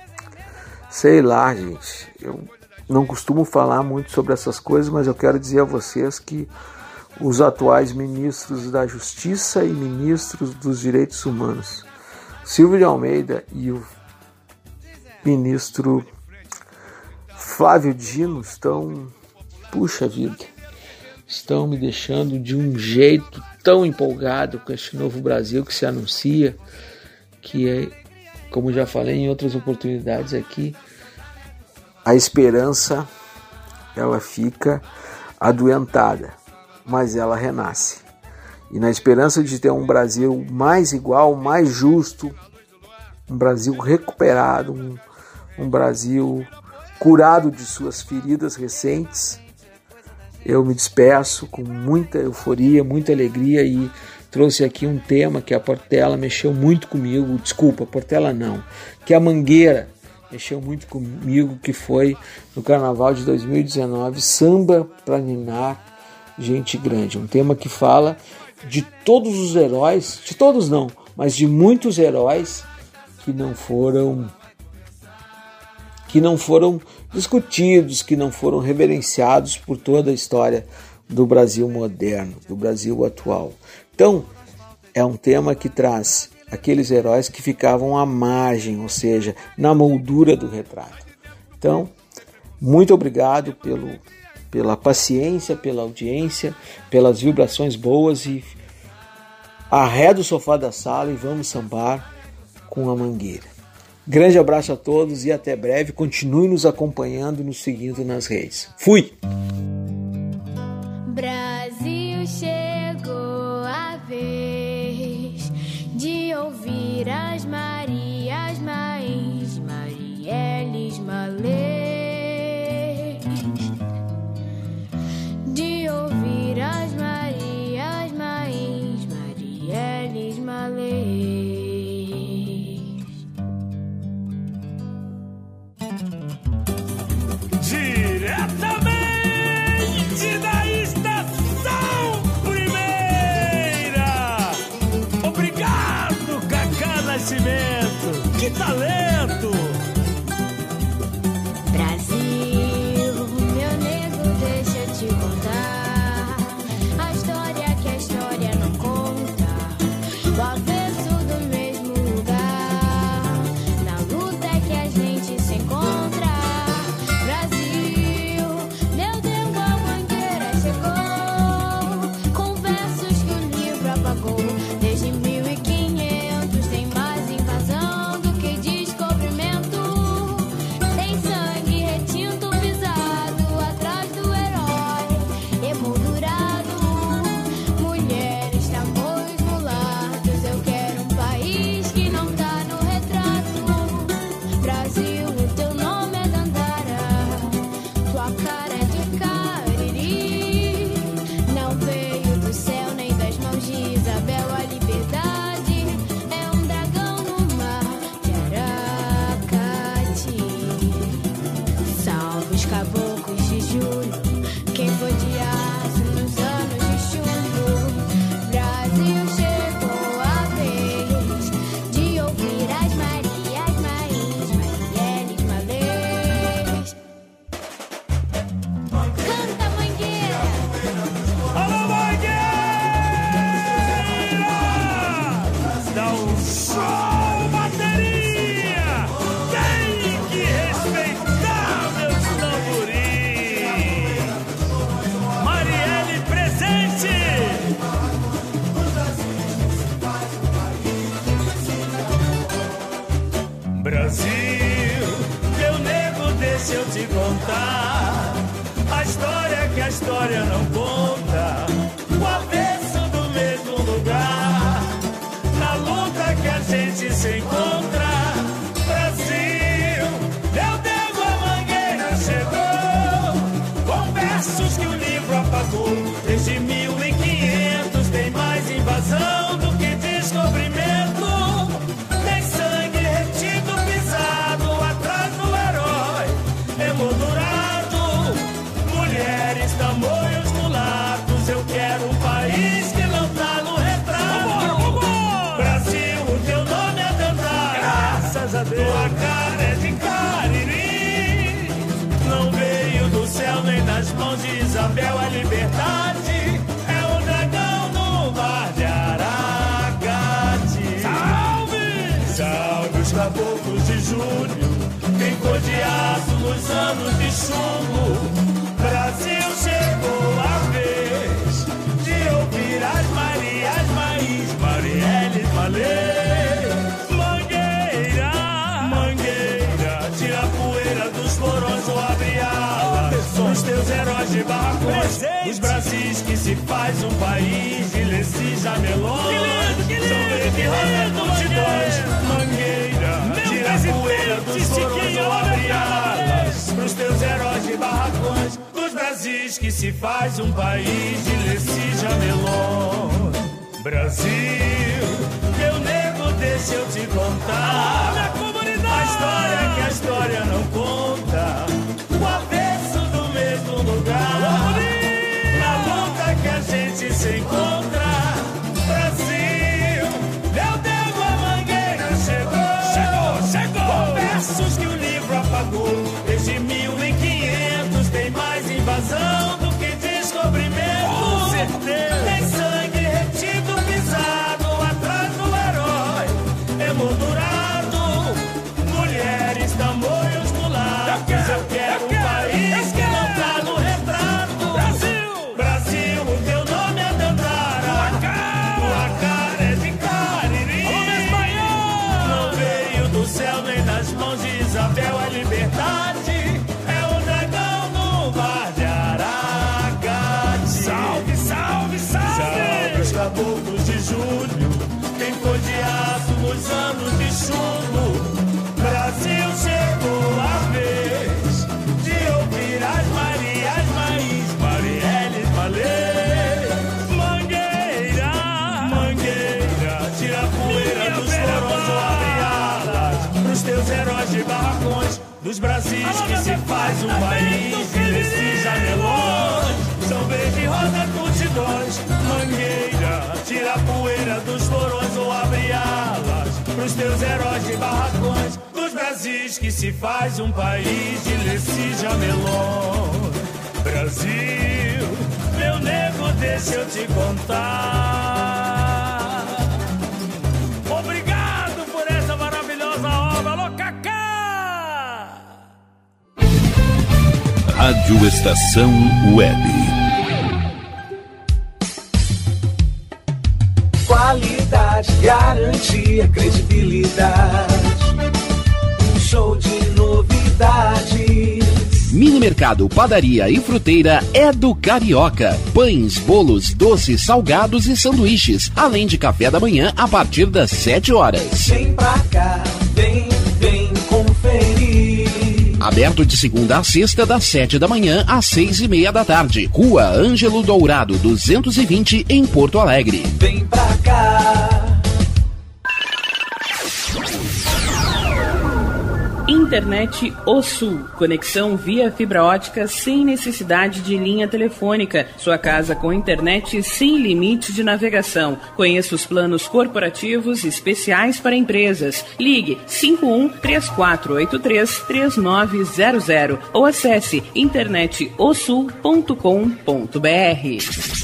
sei lá, gente, eu não costumo falar muito sobre essas coisas, mas eu quero dizer a vocês que os atuais ministros da Justiça e ministros dos Direitos Humanos, Silvio de Almeida e o ministro Flávio Dino, estão, puxa vida, estão me deixando de um jeito tão empolgado com este novo Brasil que se anuncia, que é, como já falei em outras oportunidades aqui, a esperança, ela fica adoentada, mas ela renasce. E na esperança de ter um Brasil mais igual, mais justo, um Brasil recuperado, um, um Brasil curado de suas feridas recentes, eu me despeço com muita euforia, muita alegria e trouxe aqui um tema que a Portela mexeu muito comigo, desculpa, Portela não, que a Mangueira mexeu muito comigo, que foi no Carnaval de dois mil e dezenove, Samba pra Ninar Gente Grande, um tema que fala de todos os heróis, de todos não, mas de muitos heróis que não foram que não foram discutidos, que não foram reverenciados por toda a história do Brasil moderno, do Brasil atual. Então, é um tema que traz aqueles heróis que ficavam à margem, ou seja, na moldura do retrato. Então, muito obrigado pelo, pela paciência, pela audiência, pelas vibrações boas e arreda o sofá da sala e vamos sambar com a Mangueira. Grande abraço a todos e até breve. Continue nos acompanhando e nos seguindo nas redes. Fui! Brasil, chegou a vez de ouvir as Marias, Mães, Marielles, Malês, de ouvir as Marias, Mães, Marielles, Malês. Diretamente da Estação Primeira. Obrigado, Cacá Nascimento. eu quero um país que não tá no retrato. Brasil, o teu nome é Dandara. Graças a Deus. Tua cara é de Cariri. Não veio do céu nem das mãos de Isabel a liberdade. É o dragão no mar de Aracati. Salve! Salve os caboclos de julho. Quem cor de aço nos anos de chumbo. Brasil, chegou a vez de ouvir as Marias, Maís, Marielles, Malê. Mangueira, mangueira, tira a poeira dos porões ou abre alas. Os teus heróis de barracões, os Brasis que se faz um país de Leci, Jamelões. São verde rosa, multidões. Mangueira, tira a poeira dos porões ou abre alas. Pros teus heróis de barracões, dos Brasis que se faz um país de Leci, Jamelões. Brasil, meu nego, deixa eu te contar. A história que a história não conta. O avesso do mesmo lugar. Na luta que a gente se encontra. Brasil, meu nego, a mangueira chegou. Chegou, chegou. Com versos que o livro apagou. Desde mil e quinhentos tem mais invasão do que descobrimento. Com certeza. Tem sangue retido, pisado atrás do herói. Emoldurado, mulheres, tamoios, mulatos. Eu quero um país que não tá no retrato. Brasil, Brasil, o teu nome é Dandara. Tua cara é de Cariri. Não veio do céu nem das mãos de Isabel a liberdade. É o dragão no mar de Aracati. Salve, salve, salve. Salve os caboclos de julho. Quem for de aço nos anos de chumbo. Brasil, chegou a vez de ouvir as Marias, Maís, Marielles, Malê. Mangueira, mangueira, tira a poeira dos porões ou abre alas. Pros teus heróis de barracões, dos Brasis que se faz um país de Leci, Jamelões. São verde rosa, multidões. Mangueira, tira a poeira dos porões ou abre alas. Pros teus heróis de barracões, dos Brasis que se faz um país de Leci, Jamelões. Brasil, meu nego, deixa eu te contar. Obrigado por essa maravilhosa obra. Alô, Cacá! Rádio Estação Web. Qualidade, garantia, credibilidade. Um show de novidades. Mini Mercado, Padaria e Fruteira é do Carioca. Pães, bolos, doces, salgados e sanduíches. Além de café da manhã a partir das sete horas. Vem pra cá, vem, vem conferir. Aberto de segunda a sexta, das sete da manhã às seis e meia da tarde. Rua Ângelo Dourado, duzentos e vinte, em Porto Alegre. Vem pra cá. Internet O Sul. Conexão via fibra ótica sem necessidade de linha telefônica. Sua casa com internet sem limite de navegação. Conheça os planos corporativos especiais para empresas. Ligue cinco um três quatro oito três três nove zero zero ou acesse internet o sul ponto com ponto b r.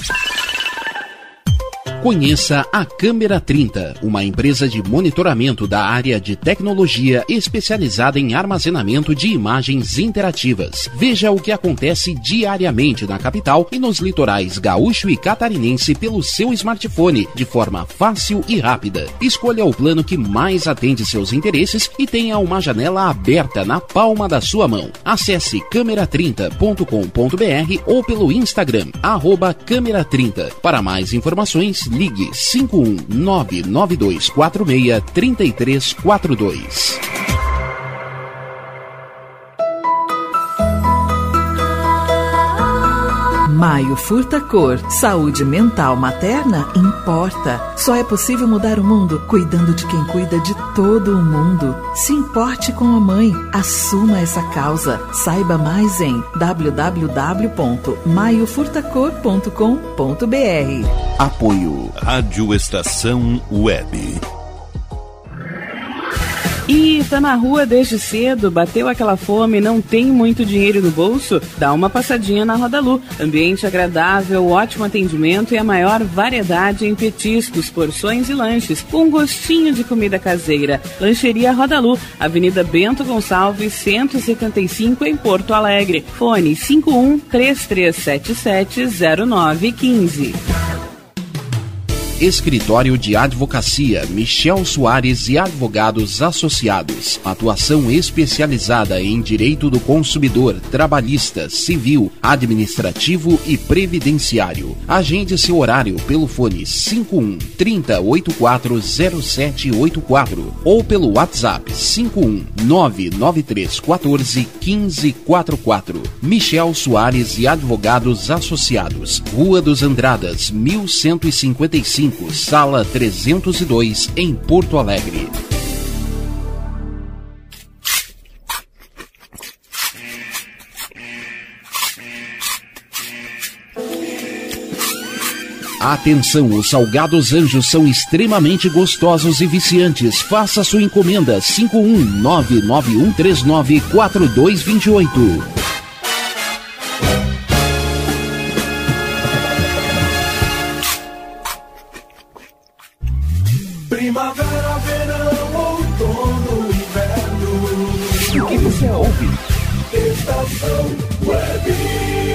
Conheça a Câmera trinta, uma empresa de monitoramento da área de tecnologia especializada em armazenamento de imagens interativas. Veja o que acontece diariamente na capital e nos litorais gaúcho e catarinense pelo seu smartphone, de forma fácil e rápida. Escolha o plano que mais atende seus interesses e tenha uma janela aberta na palma da sua mão. Acesse câmera trinta ponto com ponto b r ou pelo Instagram, arroba câmera trinta. Para mais informações, ligue cinco um nove nove dois quatro seis três três quatro dois. Maio Furtacor. Saúde mental materna importa. Só é possível mudar o mundo cuidando de quem cuida de todo o mundo. Se importe com a mãe. Assuma essa causa. Saiba mais em w w w ponto maio furtacor ponto com ponto b r. Apoio Rádio Estação Web. E tá na rua desde cedo, bateu aquela fome, não tem muito dinheiro no bolso? Dá uma passadinha na Rodalu. Ambiente agradável, ótimo atendimento e a maior variedade em petiscos, porções e lanches, com um gostinho de comida caseira. Lancheria Rodalu, Avenida Bento Gonçalves, cento e setenta e cinco, em Porto Alegre. Fone cinco um três três sete sete zero nove um cinco. Escritório de Advocacia Michel Soares e Advogados Associados. Atuação especializada em direito do consumidor, trabalhista, civil, administrativo e previdenciário. Agende seu horário pelo fone cinco um trinta, oitenta e quatro, zero sete oito quatro ou pelo WhatsApp cinco um nove nove três um quatro, um cinco quatro quatro. Michel Soares e Advogados Associados. Rua dos Andradas, mil cento e cinquenta e cinco. Sala trezentos e dois, em Porto Alegre. Atenção, os salgados Anjos são extremamente gostosos e viciantes. Faça sua encomenda cinco um nove nove um três nove quatro dois dois oito. Primavera, verão, outono, inverno. O que você ouve? Estação Web.